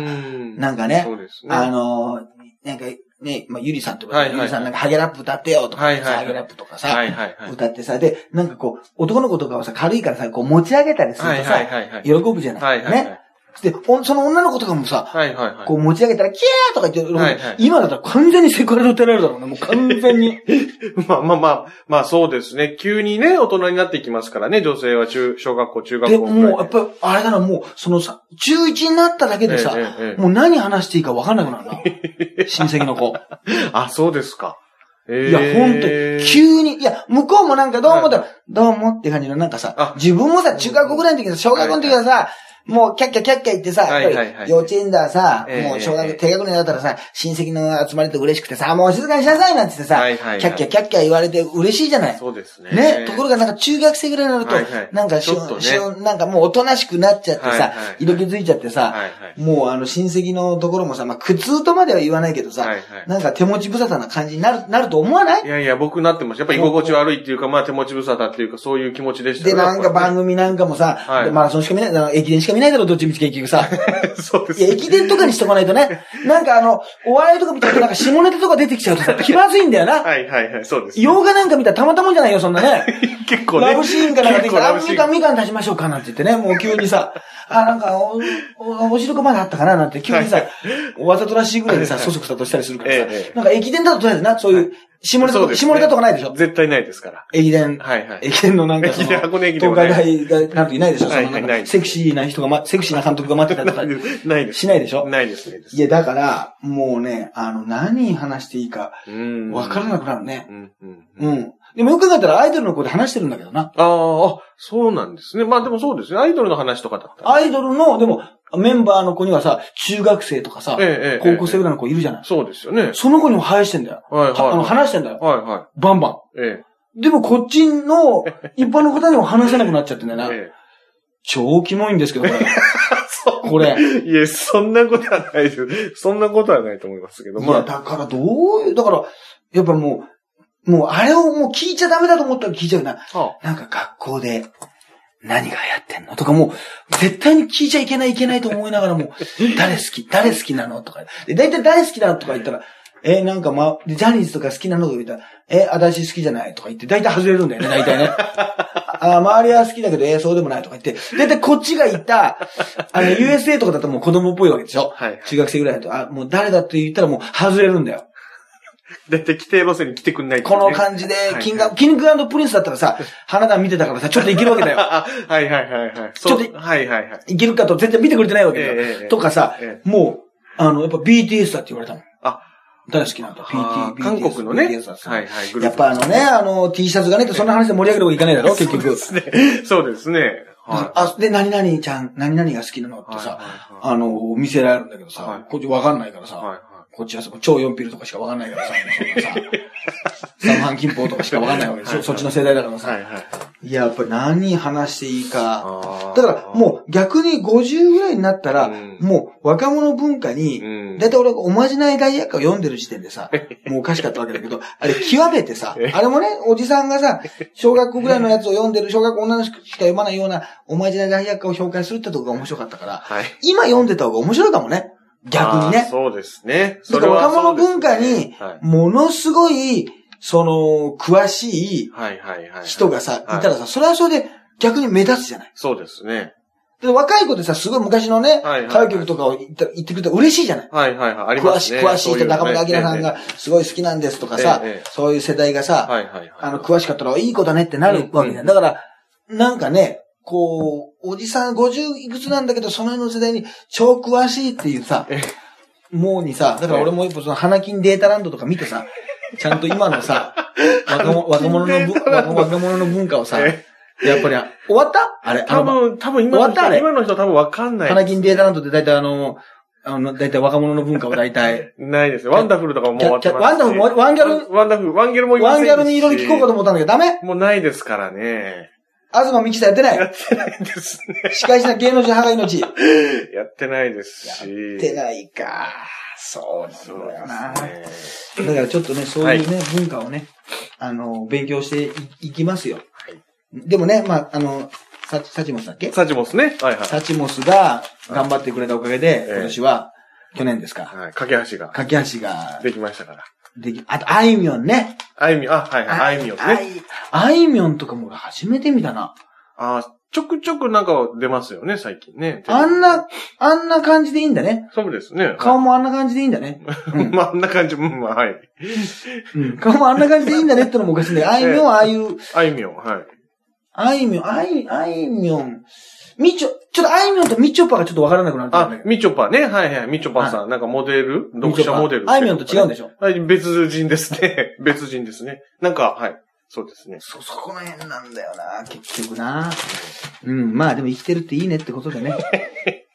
[SPEAKER 1] なんかね、そうですね、あの、なんかね、まあゆりさんとか、はいはいはい、ゆりさんなんかハゲラップ歌ってよとか、はいはいはい、ハゲラップとかさ、はいはいはい、歌ってさ、で、なんかこう、男の子とかはさ、軽いからさ、こう持ち上げたりするとさ、はいはいはいはい、喜ぶじゃない、はいはいはい、ね。で、その女の子とかもさ、はいはいはい、こう持ち上げたら、キャーとか言って、はいはい、今だったら完全にセクハラで訴えられるだろうね。もう完全に。
[SPEAKER 2] まあまあまあ、まあそうですね。急にね、大人になっていきますからね、女性は中、小学校、中学校。
[SPEAKER 1] で、もうやっぱり、あれだな、もう、そのさ、中いちになっただけでさ、ええええ、もう何話していいか分かんなくなるな。親戚の子。
[SPEAKER 2] あ、そうですか。
[SPEAKER 1] えー、いや、ほんと、急に、いや、向こうもなんかどうもだ、はい、どうもって感じのなんかさ、自分もさ、中学校ぐらいの時さ、小学校の時はさ、はいもうキャッキャキャッキャ言ってさ、やっぱり幼稚園ださ、もう小学、低学年だったらさ、親戚の集まりで嬉しくてさ、もう静かにしなさいなんて言ってさ、キャッキャキャッキャ言われて嬉しいじゃない。
[SPEAKER 2] そうですね。
[SPEAKER 1] ね。ところがなんか中学生ぐらいになると、なんかしょ、なんかもうおとなしくなっちゃってさ、色気づいちゃってさ、もうあの親戚のところもさ、まあ苦痛とまでは言わないけどさ、なんか手持ち無沙汰な感じになる、なると思わない？
[SPEAKER 2] いやいや、僕なってました。やっぱり居心地悪いっていうか、まあ手持ち無沙汰っていうか、そういう気持ちでした
[SPEAKER 1] ね。で、なんか番組なんかもさ、マラソンしか見ない、駅伝しか見ないだろ、どっちみち結局さ。
[SPEAKER 2] そうです。
[SPEAKER 1] いや、駅伝とかにしとかないとね。なんかあの、お笑いとか見たらなんか下ネタとか出てきちゃうとさ、気まずいんだよな。
[SPEAKER 2] はいはいはい、そうです、
[SPEAKER 1] ね。洋画なんか見たらたまたまじゃないよ、そんなね。
[SPEAKER 2] 結構ね。
[SPEAKER 1] ラブシーンかなんかできたら、あ、みかん、みかん出しましょうかなんて言ってね、もう急にさ、あ、なんか、お、お、お汁粉まであったかななんて急にさ、わざとらしいぐらいでさ、そそくさとしたりするからさ、なんか駅伝だととりあえずな、そういう、下ネタとか、下ネタとかないでしょ？
[SPEAKER 2] 絶対ないですから。
[SPEAKER 1] 駅伝。
[SPEAKER 2] はいはい。
[SPEAKER 1] 駅伝のなんかその、
[SPEAKER 2] 駅伝箱根駅伝
[SPEAKER 1] 東海大がなんといないでしょ？
[SPEAKER 2] はいはい、ない。
[SPEAKER 1] セクシーな人がま、セクシーな監督が待ってたりとか。
[SPEAKER 2] ないです。
[SPEAKER 1] しないでしょ？
[SPEAKER 2] ないですね。
[SPEAKER 1] いや、だから、もうね、あの、何話していいか、わからなくなるね。うん。うん。でもよく考えたらアイドルの子で話してるんだけどな。
[SPEAKER 2] ああ、そうなんですね。まあでもそうですね。アイドルの話とかだったら。
[SPEAKER 1] アイドルの、でも、メンバーの子にはさ、中学生とかさ、ええ、高校生ぐらいの子いるじゃない、ええ、
[SPEAKER 2] そうですよね。
[SPEAKER 1] その子にも話してんだよ。はいはい、はい。あの、話してんだよ。はいはい。バンバン。ええ。でもこっちの、一般の方にも話せなくなっちゃってんだよな。ええ。超キモいんですけど、これ。そう。これ。
[SPEAKER 2] いや、そんなことはないです。そんなことはないと思いますけど。
[SPEAKER 1] まあ。いや、だからどういう、だから、やっぱもう、もうあれをもう聞いちゃダメだと思ったら聞いちゃうな。はあ、なんか学校で何が流行ってんのとかもう絶対に聞いちゃいけないいけないと思いながらも誰好き誰好きなのとか。で、大体誰好きなのとか言ったら、えー、なんかま、ジャニーズとか好きなのとか言ったら、えー、私好きじゃないとか言って大体外れるんだよね、大体ね。あ、周りは好きだけど、えー、そうでもないとか言って、大体こっちが言った、あの、ユーエスエー とかだともう子供っぽいわけでしょ？はい。中学生ぐらいだと、あ、もう誰だって言ったらもう外れるんだよ。
[SPEAKER 2] だいたい規定路線に来てくんない、
[SPEAKER 1] ね、この感じで、キング、はいはい、キング&プリンスだったらさ、花壇見てたからさ、ちょっといけるわけだよ。
[SPEAKER 2] はいはいはいはい。
[SPEAKER 1] ちょっと、
[SPEAKER 2] はいはいはい。
[SPEAKER 1] いけるかと全然見てくれてないわけだよ。えー、とかさ、えー、もう、あの、やっぱ ビーティーエス だって言われたもん。あ、誰好きなんだ ?ピーティー、
[SPEAKER 2] 韓国のね。
[SPEAKER 1] ビーティーエス だはいはい。やっぱあのね、あの、T シャツがね、そんな話で盛り上げるわけいかないだろ、結局。
[SPEAKER 2] そうですね。そうですね。
[SPEAKER 1] はい、あ、で、何々ちゃん、何々が好きなのってさ、はいはいはい、あの、見せられるんだけどさ、はい、こっちわかんないからさ、はいはい、こっちは超よんピルとかしかわかんないからさ、そんなさ、三半金峰とかしかわかんないわけでしょ、はいはい、そっちの世代だからさ。はいはい、いや、やっぱり何話していいか。だからもう逆にごじゅうぐらいになったら、うん、もう若者文化に、うん、だいたい俺がおまじない大百科を読んでる時点でさ、もうおかしかったわけだけど、あれ極めてさ、あれもね、おじさんがさ、小学校ぐらいのやつを読んでる、小学校女の人しか読まないようなおまじない大百科を紹介するってとこが面白かったから、はい、今読んでた方が面白いかもね。逆にね。
[SPEAKER 2] そうですね。
[SPEAKER 1] だから若者文化に、ものすごい、その、詳しい人がさ、いたらさ、それはそれで逆に目立つじゃない。
[SPEAKER 2] そうですね。
[SPEAKER 1] で若い子でさ、すごい昔のね、歌謡曲とかを言ってくれたら嬉しいじゃない。
[SPEAKER 2] はいはいはい。ありますね。
[SPEAKER 1] 詳しい人、中村明さんがすごい好きなんですとかさ、そういう世代がさ、あの、詳しかったらいい子だねってなるわけじゃん。だから、なんかね、こう、おじさんごじゅういくつなんだけど、その辺の世代に超詳しいっていうさ、もうにさ、だから俺もその花金データランドとか見てさ、ちゃんと今のさ、若者若者の若者の文化をさ、やっぱり、終わったあれ
[SPEAKER 2] 多分、多分今の人、今の人多分わかんない。
[SPEAKER 1] 花金データランドって大体あの、あの、大体若者の文化を大体。
[SPEAKER 2] ないですよ。ワンダフルとかももう終わってます。
[SPEAKER 1] ワンダフルも、ワンギャル
[SPEAKER 2] ワンダフル、ワンギャルもいませんし。
[SPEAKER 1] ワンギャルにいろいろ聞こうかと思ったんだけど、ダメ
[SPEAKER 2] もうないですからね。
[SPEAKER 1] 東美樹さんやってない
[SPEAKER 2] やってないですね。
[SPEAKER 1] 司会者芸能人母が命。や
[SPEAKER 2] ってないですし。
[SPEAKER 1] やってないか。そうなんだよな。ね、だからちょっとね、そういうね、はい、文化をね、あの、勉強していきますよ。はい、でもね、まあ、あの、サ, サチモスだっけ
[SPEAKER 2] サチモスね。はいはい。
[SPEAKER 1] サチモスが頑張ってくれたおかげで、今年は、去年ですか。
[SPEAKER 2] はい。架け橋が。
[SPEAKER 1] 架け橋が。
[SPEAKER 2] できましたから。
[SPEAKER 1] でき、あと、あいみょんね。
[SPEAKER 2] あいみょん、あ、はいはい、あいみょんね。
[SPEAKER 1] あいみょんとかも俺初めて見たな。
[SPEAKER 2] ああ、ちょくちょくなんか出ますよね、最近ね。
[SPEAKER 1] あんな、あんな感じでいいんだね。
[SPEAKER 2] そうですね。
[SPEAKER 1] 顔もあんな感じでいいんだね。
[SPEAKER 2] うん、まあ、あんな感じ、うん、まあ、はい。
[SPEAKER 1] うん、顔もあんな感じでいいんだねってのもおかしいんだけど、あいみょんはああいう。
[SPEAKER 2] あいみょん、はい。
[SPEAKER 1] あいみょん、あい、あいみょん。みちょ、ちょっとあいみょんとみちょぱがちょっとわからなくなってるんだけど。
[SPEAKER 2] あ、みちょぱね。はいはい。みちょぱさん。なんかモデル読者モデル。
[SPEAKER 1] あいみょんと違うんでしょ？
[SPEAKER 2] はい、別人ですね。別人ですね。なんか、はい。そうですね。
[SPEAKER 1] そ、そこの辺なんだよな、結局な。うん、まあでも生きてるっていいねってことでね。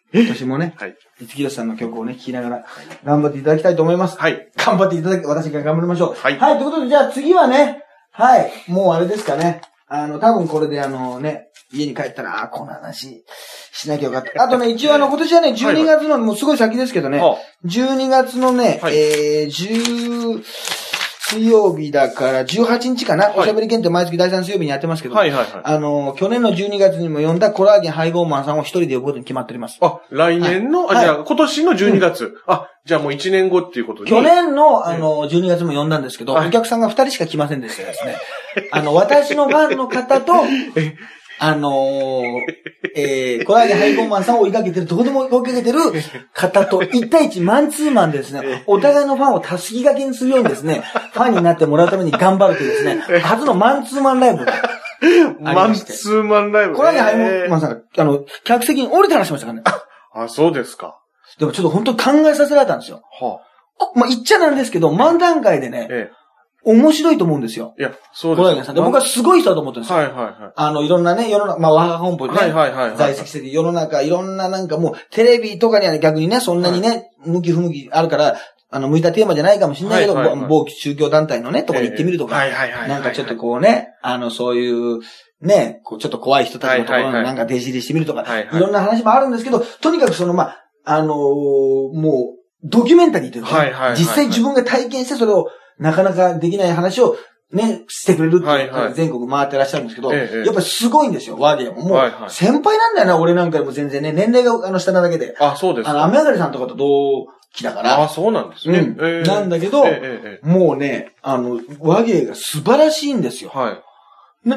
[SPEAKER 1] 今年もね、はい。五木ひろしさんの曲をね、聴きながら、頑張っていただきたいと思います。はい。頑張っていただき、私が頑張りましょう。はい。はい、ということで、じゃあ次はね、はい、もうあれですかね。あの、多分これであのね、家に帰ったら、あ、この話しなきゃよかった。あとね、一応あの、今年はね、じゅうにがつの、はいはい、もうすごい先ですけどね、じゅうにがつのね、はい、えー、じゅう、水曜日だからじゅうはちにちかな、はい、おしゃべり検定毎月だいさん水曜日にやってますけど、はいはいはい、あの、去年のじゅうにがつにも呼んだコラーゲン配合マンさんを一人で呼ぶことに決まっております。
[SPEAKER 2] あ、来年の、はい、あ、じゃあ今年のじゅうにがつ。うん、あ、じゃあもういちねんごっていうことで。
[SPEAKER 1] 去年の、あの、じゅうにがつも呼んだんですけど、はい、お客さんがふたりしか来ませんでしたですね。あの、私のファンの方と、あのー、えー、コラーゲンハイボーマンさんを追いかけてる、どこでも追いかけてる方といち対いちマンツーマンでですね、お互いのファンをたすき掛けにするようにですね、ファンになってもらうために頑張るというですね、初のマンツーマンライブが
[SPEAKER 2] マンツーマンライブ
[SPEAKER 1] コラーゲンハイボーマンさんが、あの、客席に降りて話しましたからね。
[SPEAKER 2] あ、そうですか。
[SPEAKER 1] でもちょっと本当に考えさせられたんですよ。はあ、まあ、言っちゃなんですけど、漫談会でね、ええ面白いと思うんですよ。
[SPEAKER 2] いや、そうです。
[SPEAKER 1] コラーゲンさんで、僕はすごい人だと思ってるんですよ。
[SPEAKER 2] はいはいはい。
[SPEAKER 1] あの、いろんなね、世の中、まあ、我が本舗でね、はいはいはい、はい。在籍してて、世の中、いろんななんかもう、テレビとかには逆にね、そんなにね、はい、向き不向きあるから、あの、向いたテーマじゃないかもしれないけど、はいはいはい、某宗教団体のね、とこに行ってみるとか、はいはいはい。なんかちょっとこうね、あの、そういう、ね、こう、ちょっと怖い人たちのところになんか弟子入りしてみるとか、はいはい、いろんな話もあるんですけど、とにかくその、まあ、あのー、もう、ドキュメンタリーというか、ね、はいはいはいはい、実際自分が体験してそれを、なかなかできない話を、ね、してくれるっていう、はいはい、全国回ってらっしゃるんですけど、ええ、やっぱりすごいんですよ、ワーゲンも。もう、先輩なんだよな、俺なんかでも全然ね、年齢があの下なだけで。
[SPEAKER 2] あ、そうですか。
[SPEAKER 1] あの、雨上がりさんとかと同期だから。
[SPEAKER 2] あ、そうなんですね。うん。
[SPEAKER 1] えー、なんだけど、えー、もうね、あの、ワゲンが素晴らしいんですよ。はい。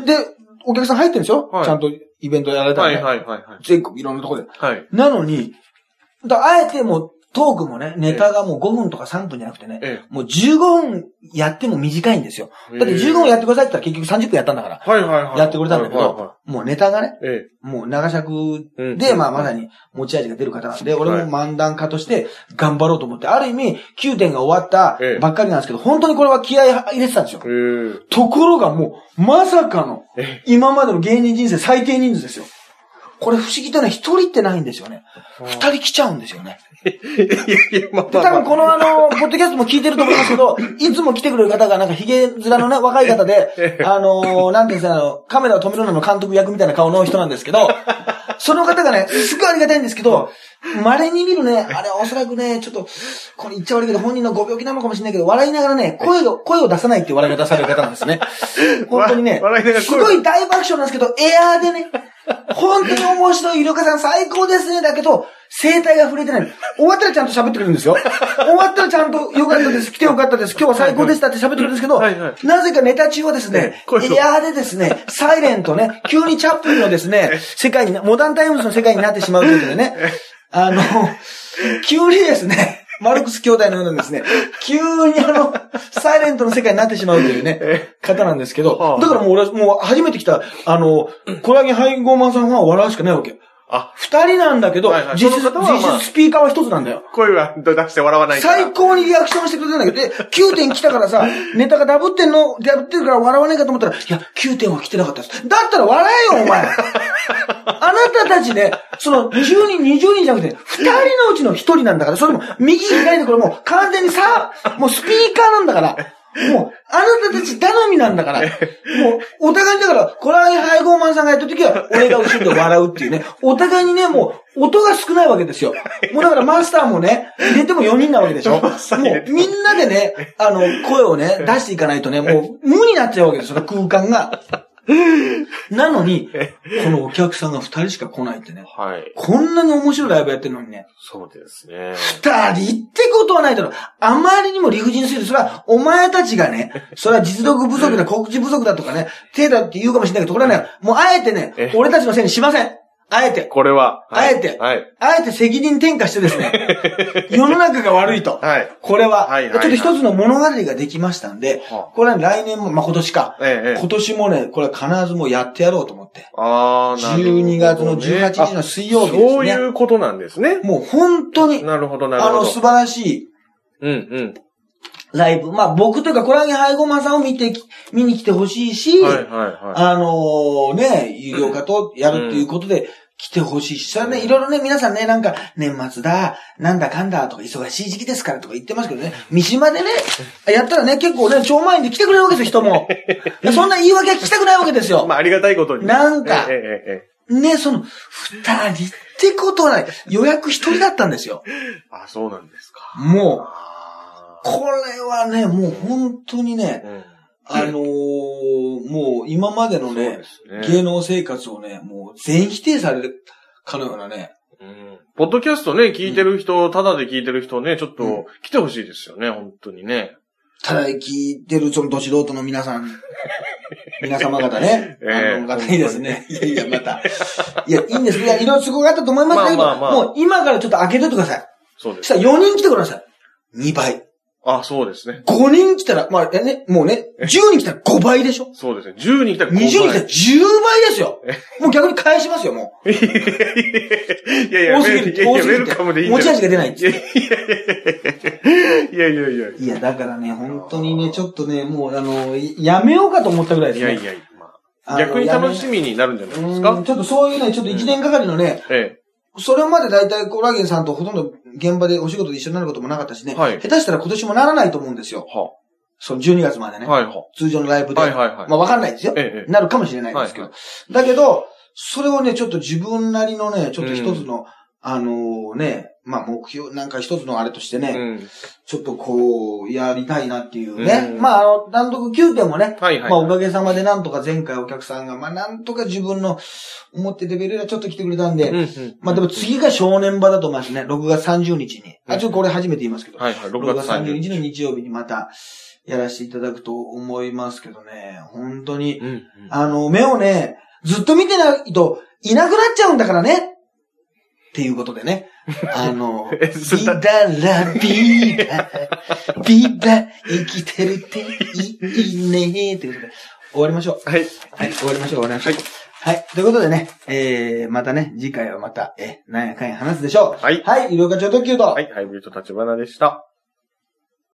[SPEAKER 1] で、お客さん入ってるんですよ、はい、ちゃんとイベントやられたらね。はいはいはい、はい。全国いろんなところで。はい。なのに、だあえてもう、トークもね、ネタがもうごふんとかさんぷんじゃなくてね、ええ、もうじゅうごふんやっても短いんですよ。だってじゅうごふんやってくださいって言ったら結局さんじゅっぷんやったんだから。はいはいはい。やってくれたんだけど、はいはいはい、もうネタがね、ええ、もう長尺で、うん、まあまさに持ち味が出る方なんで、俺も漫談家として頑張ろうと思って、ある意味きゅうてんが終わったばっかりなんですけど、本当にこれは気合い入れてたんですよ。ええ、ところがもう、まさかの、今までの芸人人生最低人数ですよ。これ不思議だね。一人ってないんですよね。二人来ちゃうんですよね。いやいや、まあ、まあ、多分このあの、ポッドキャストも聞いてると思いますけど、いつも来てくれる方がなんかヒゲ面のね、若い方で、あのー、なんていうんですか、あの、カメラを止めるのの監督役みたいな顔の人なんですけど、その方がね、すごいありがたいんですけど、稀に見るね、あれおそらくね、ちょっと、これ言っちゃ悪いけど、本人のご病気なのかもしれないけど、笑いながらね、声を、声を出さないっていう笑い方される方なんですね。本当にね、すごい大爆笑なんですけど、エアーでね、本当に面白い、イルカさん最高ですね、だけど、声帯が触れてない。終わったらちゃんと喋ってくれるんですよ。終わったらちゃんと良かったです、来て良かったです、今日は最高でしたって喋ってくれるんですけど、はいはい、なぜかネタ中はですね、エアーでですね、サイレントね、急にチャップリンのですね、世界に、モダンタイムズの世界になってしまうということでね、あの、急にですね、マルクス兄弟のようなですね、急にあの、サイレントの世界になってしまうというね、方なんですけど、だからもう俺、もう初めて来た、あの、コラーゲンハイゴーマンさんは笑うしかないわけ。あ、二人なんだけど、はいはい、実質、まあ、実質スピーカーは一つなんだよ。
[SPEAKER 2] 声は出して笑わないから。
[SPEAKER 1] 最高にリアクションしてくれたんだけど、で、きゅうてん来たからさ、ネタがダブってんの、ダブってるから笑わないかと思ったら、いや、きゅうてんは来てなかったです。だったら笑えよ、お前。あなたたちね、その、じゅうにん、にじゅうにんじゃなくて、二人のうちの一人なんだから、それも、右左でこれもう完全にさ、もうスピーカーなんだから、もう、あなたたち頼みなんだから、もう、お互いにだから、コラーゲンハイゴーマンさんがやった時は、俺が後ろで笑うっていうね、お互いにね、もう、音が少ないわけですよ。もうだからマスターもね、入れてもよにんなわけでしょ。もう、みんなでね、あの、声をね、出していかないとね、もう、無になっちゃうわけですよ、空間が。なのに、このお客さんが二人しか来ないってね。はい。こんなに面白いライブやってるのにね。
[SPEAKER 2] そうですね。
[SPEAKER 1] 二人ってことはないだろう。あまりにも理不尽すぎる。それは、お前たちがね、それは実力不足だ、告知不足だとかね、手だって言うかもしれないけど、これはね、もうあえてね、俺たちのせいにしません。あえて。
[SPEAKER 2] これは。
[SPEAKER 1] はい、あえて。はい。あえて責任転嫁してですね。世の中が悪いと。はい。これは。はい、はい。ちょっと一つの物語ができましたんで、はあ、これは来年も、まあ、今年か。ええ。今年もね、これは必ずもうやってやろうと思って。ああ、なるほど、ね。じゅうにがつのじゅうはちにちの水曜日ですね。
[SPEAKER 2] そういうことなんですね。
[SPEAKER 1] もう本当に。
[SPEAKER 2] なるほど、なるほど。
[SPEAKER 1] あの、素晴らしい。うんうん。ライブ。まあ僕というかコラーゲンハイゴマンさんを見て、見に来てほしいし、はいはいはい。あのー、ね、有料化とやるっていうことで、うん、 来てほしいし、それね、いろいろね、皆さんね、なんか、年末だ、なんだかんだとか、忙しい時期ですからとか言ってますけどね、三島でね、やったらね、結構ね、超満員で来てくれるわけですよ、人も。そんな言い訳は聞きたくないわけですよ。
[SPEAKER 2] まあ、ありがたいことに。
[SPEAKER 1] なんか、ええええ、ね、その、二人ってことはない。予約一人だったんですよ。
[SPEAKER 2] あ、そうなんですか。
[SPEAKER 1] もう、これはね、もう本当にね、うんあのー、もう今までのね、ね芸能生活をね、もう全否定されるかのようなね。
[SPEAKER 2] うん。ポッドキャストね、聞いてる人、うん、ただで聞いてる人ね、ちょっと来てほしいですよね、うん、本当にね。
[SPEAKER 1] ただで聞いてるそのど素人の皆さん、皆様方ね、えー、あの方にですね、いやいや、また。いや、いいんです。いや、いろいろ都合があったと思いますけど、まあまあまあ、もう今からちょっと開けといてください。そうです。そしたらよにん来てください。にばい。
[SPEAKER 2] あ、そうですね。
[SPEAKER 1] ごにん来たら、まあね、もうね、じゅうにん来たらごばいでしょ。
[SPEAKER 2] そうですね。じゅうにん来たらごばい。
[SPEAKER 1] にじゅうにん来たらじゅうばいですよ。もう逆に返しますよ、もう。いや
[SPEAKER 2] いや、多すぎる、多すぎる。
[SPEAKER 1] 持ち味が出ないんですよ。
[SPEAKER 2] いやいやいや。
[SPEAKER 1] いや、だからね、本当にね、ちょっとね、もうあの、やめようかと思ったぐらいですね。
[SPEAKER 2] いやいやいや、まあ。逆に楽しみになるんじゃないですか。
[SPEAKER 1] うん、ちょっとそういうね、ちょっといちねんがかりのね、うん、ええ。それまでだいたいコラーゲンさんとほとんど現場でお仕事で一緒になることもなかったしね。はい。下手したら今年もならないと思うんですよ。はあ、そのじゅうにがつまでね。はいはあ、通常のライブで。はいはいはい。まあわかんないですよ。ええ。なるかもしれないですけど。はいはい、だけど、それをね、ちょっと自分なりのね、ちょっと一つの、うん、あのー、ね、まあ目標、なんか一つのあれとしてね、うん、ちょっとこう、やりたいなっていうね。うん、まああの、単独きゅうてんもね、はいはい、まあおかげさまでなんとか前回お客さんが、まあなんとか自分の思ってレベルがちょっと来てくれたんで、うんうん、まあでも次が正念場だと思いますね。ろくがつさんじゅうにちに。あ、ちょっとこれ初めて言いますけど、はいはい、ろくがつさんじゅうにちの日曜日にまたやらせていただくと思いますけどね、本当に、うんうん、あの、目をね、ずっと見てないといなくなっちゃうんだからね。っていうことでね。あの、ビダラビダ、ビダ、生きてるっていいねということで、終わりましょう。はい。はい、終わりましょう、終わりましょう。はい。はい。ということでね、えー、またね、次回はまた、え、何やかんや話すでしょう。はい。はい、医療課長特急と。
[SPEAKER 2] はい、ハイブリッド立花でした。